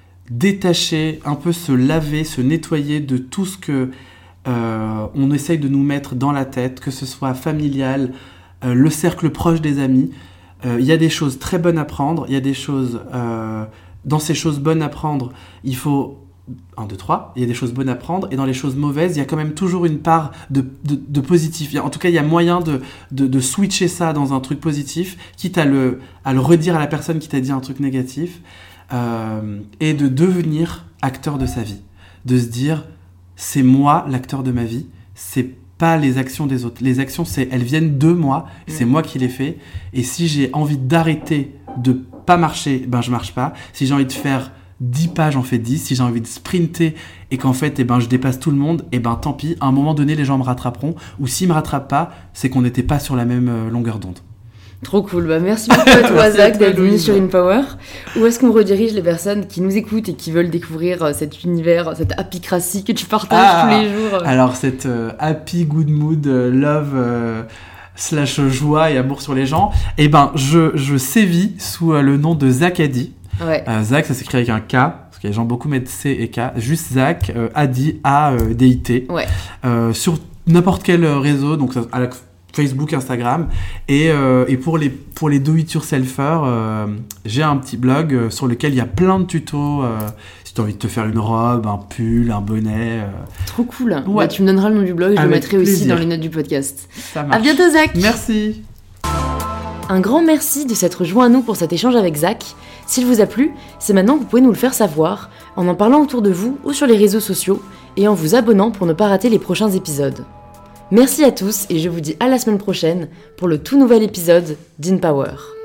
Speaker 2: détacher, un peu se laver, se nettoyer de tout ce que euh, on essaye de nous mettre dans la tête, que ce soit familial, euh, le cercle proche des amis. Il euh, y a des choses très bonnes à prendre, il y a des choses... Euh, dans ces choses bonnes à prendre, il faut... un, deux, trois, il y a des choses bonnes à prendre, et dans les choses mauvaises, il y a quand même toujours une part de, de, de positif. En tout cas, il y a moyen de, de, de switcher ça dans un truc positif, quitte à le, à le redire à la personne qui t'a dit un truc négatif, euh, et de devenir acteur de sa vie. De se dire, c'est moi l'acteur de ma vie, c'est pas les actions des autres. Les actions, c'est, elles viennent de moi, c'est moi qui les fais, et si j'ai envie d'arrêter de pas marcher, ben je marche pas. Si j'ai envie de faire dix pas, j'en fais dix. Si j'ai envie de sprinter et qu'en fait, eh ben, je dépasse tout le monde, eh ben, tant pis. À un moment donné, les gens me rattraperont. Ou s'ils me rattrapent pas, c'est qu'on n'était pas sur la même euh, longueur d'onde.
Speaker 1: Trop cool, bah merci beaucoup à toi
Speaker 2: Merci à
Speaker 1: Zach
Speaker 2: toi,
Speaker 1: d'être venu
Speaker 2: Louise.
Speaker 1: sur InPower. Où est-ce qu'on redirige les personnes qui nous écoutent et qui veulent découvrir euh, cet univers, cette apicratie que tu partages
Speaker 2: Ah.
Speaker 1: tous les jours?
Speaker 2: Alors, cette euh, happy, good mood, euh, love, euh, slash joie et amour sur les gens, eh ben, je, je sévis sous euh, le nom de Zach Adi.
Speaker 1: Ouais.
Speaker 2: Euh, Zach, ça s'écrit avec un K, parce que les gens beaucoup mettent C et K. Juste Zach, euh, Adi, A D I T.
Speaker 1: Ouais.
Speaker 2: Euh, sur n'importe quel réseau, donc ça- à la- Facebook, Instagram. Et, euh, et pour les, pour les do-it-yourselfers, euh, j'ai un petit blog euh, sur lequel il y a plein de tutos. Euh, si tu as envie de te faire une robe, un pull, un bonnet. Euh,
Speaker 1: Trop cool.
Speaker 2: Ouais.
Speaker 1: Bah, tu me donneras le nom du blog et je le
Speaker 2: Avec
Speaker 1: mettrai aussi
Speaker 2: plaisir.
Speaker 1: dans les notes du podcast.
Speaker 2: ça
Speaker 1: À
Speaker 2: marche.
Speaker 1: bientôt Zach.
Speaker 2: Merci.
Speaker 1: Un grand merci de s'être joint à nous pour cet échange avec Zach. S'il vous a plu, c'est maintenant que vous pouvez nous le faire savoir en en parlant autour de vous ou sur les réseaux sociaux et en vous abonnant pour ne pas rater les prochains épisodes. Merci à tous et je vous dis à la semaine prochaine pour le tout nouvel épisode d'InPower.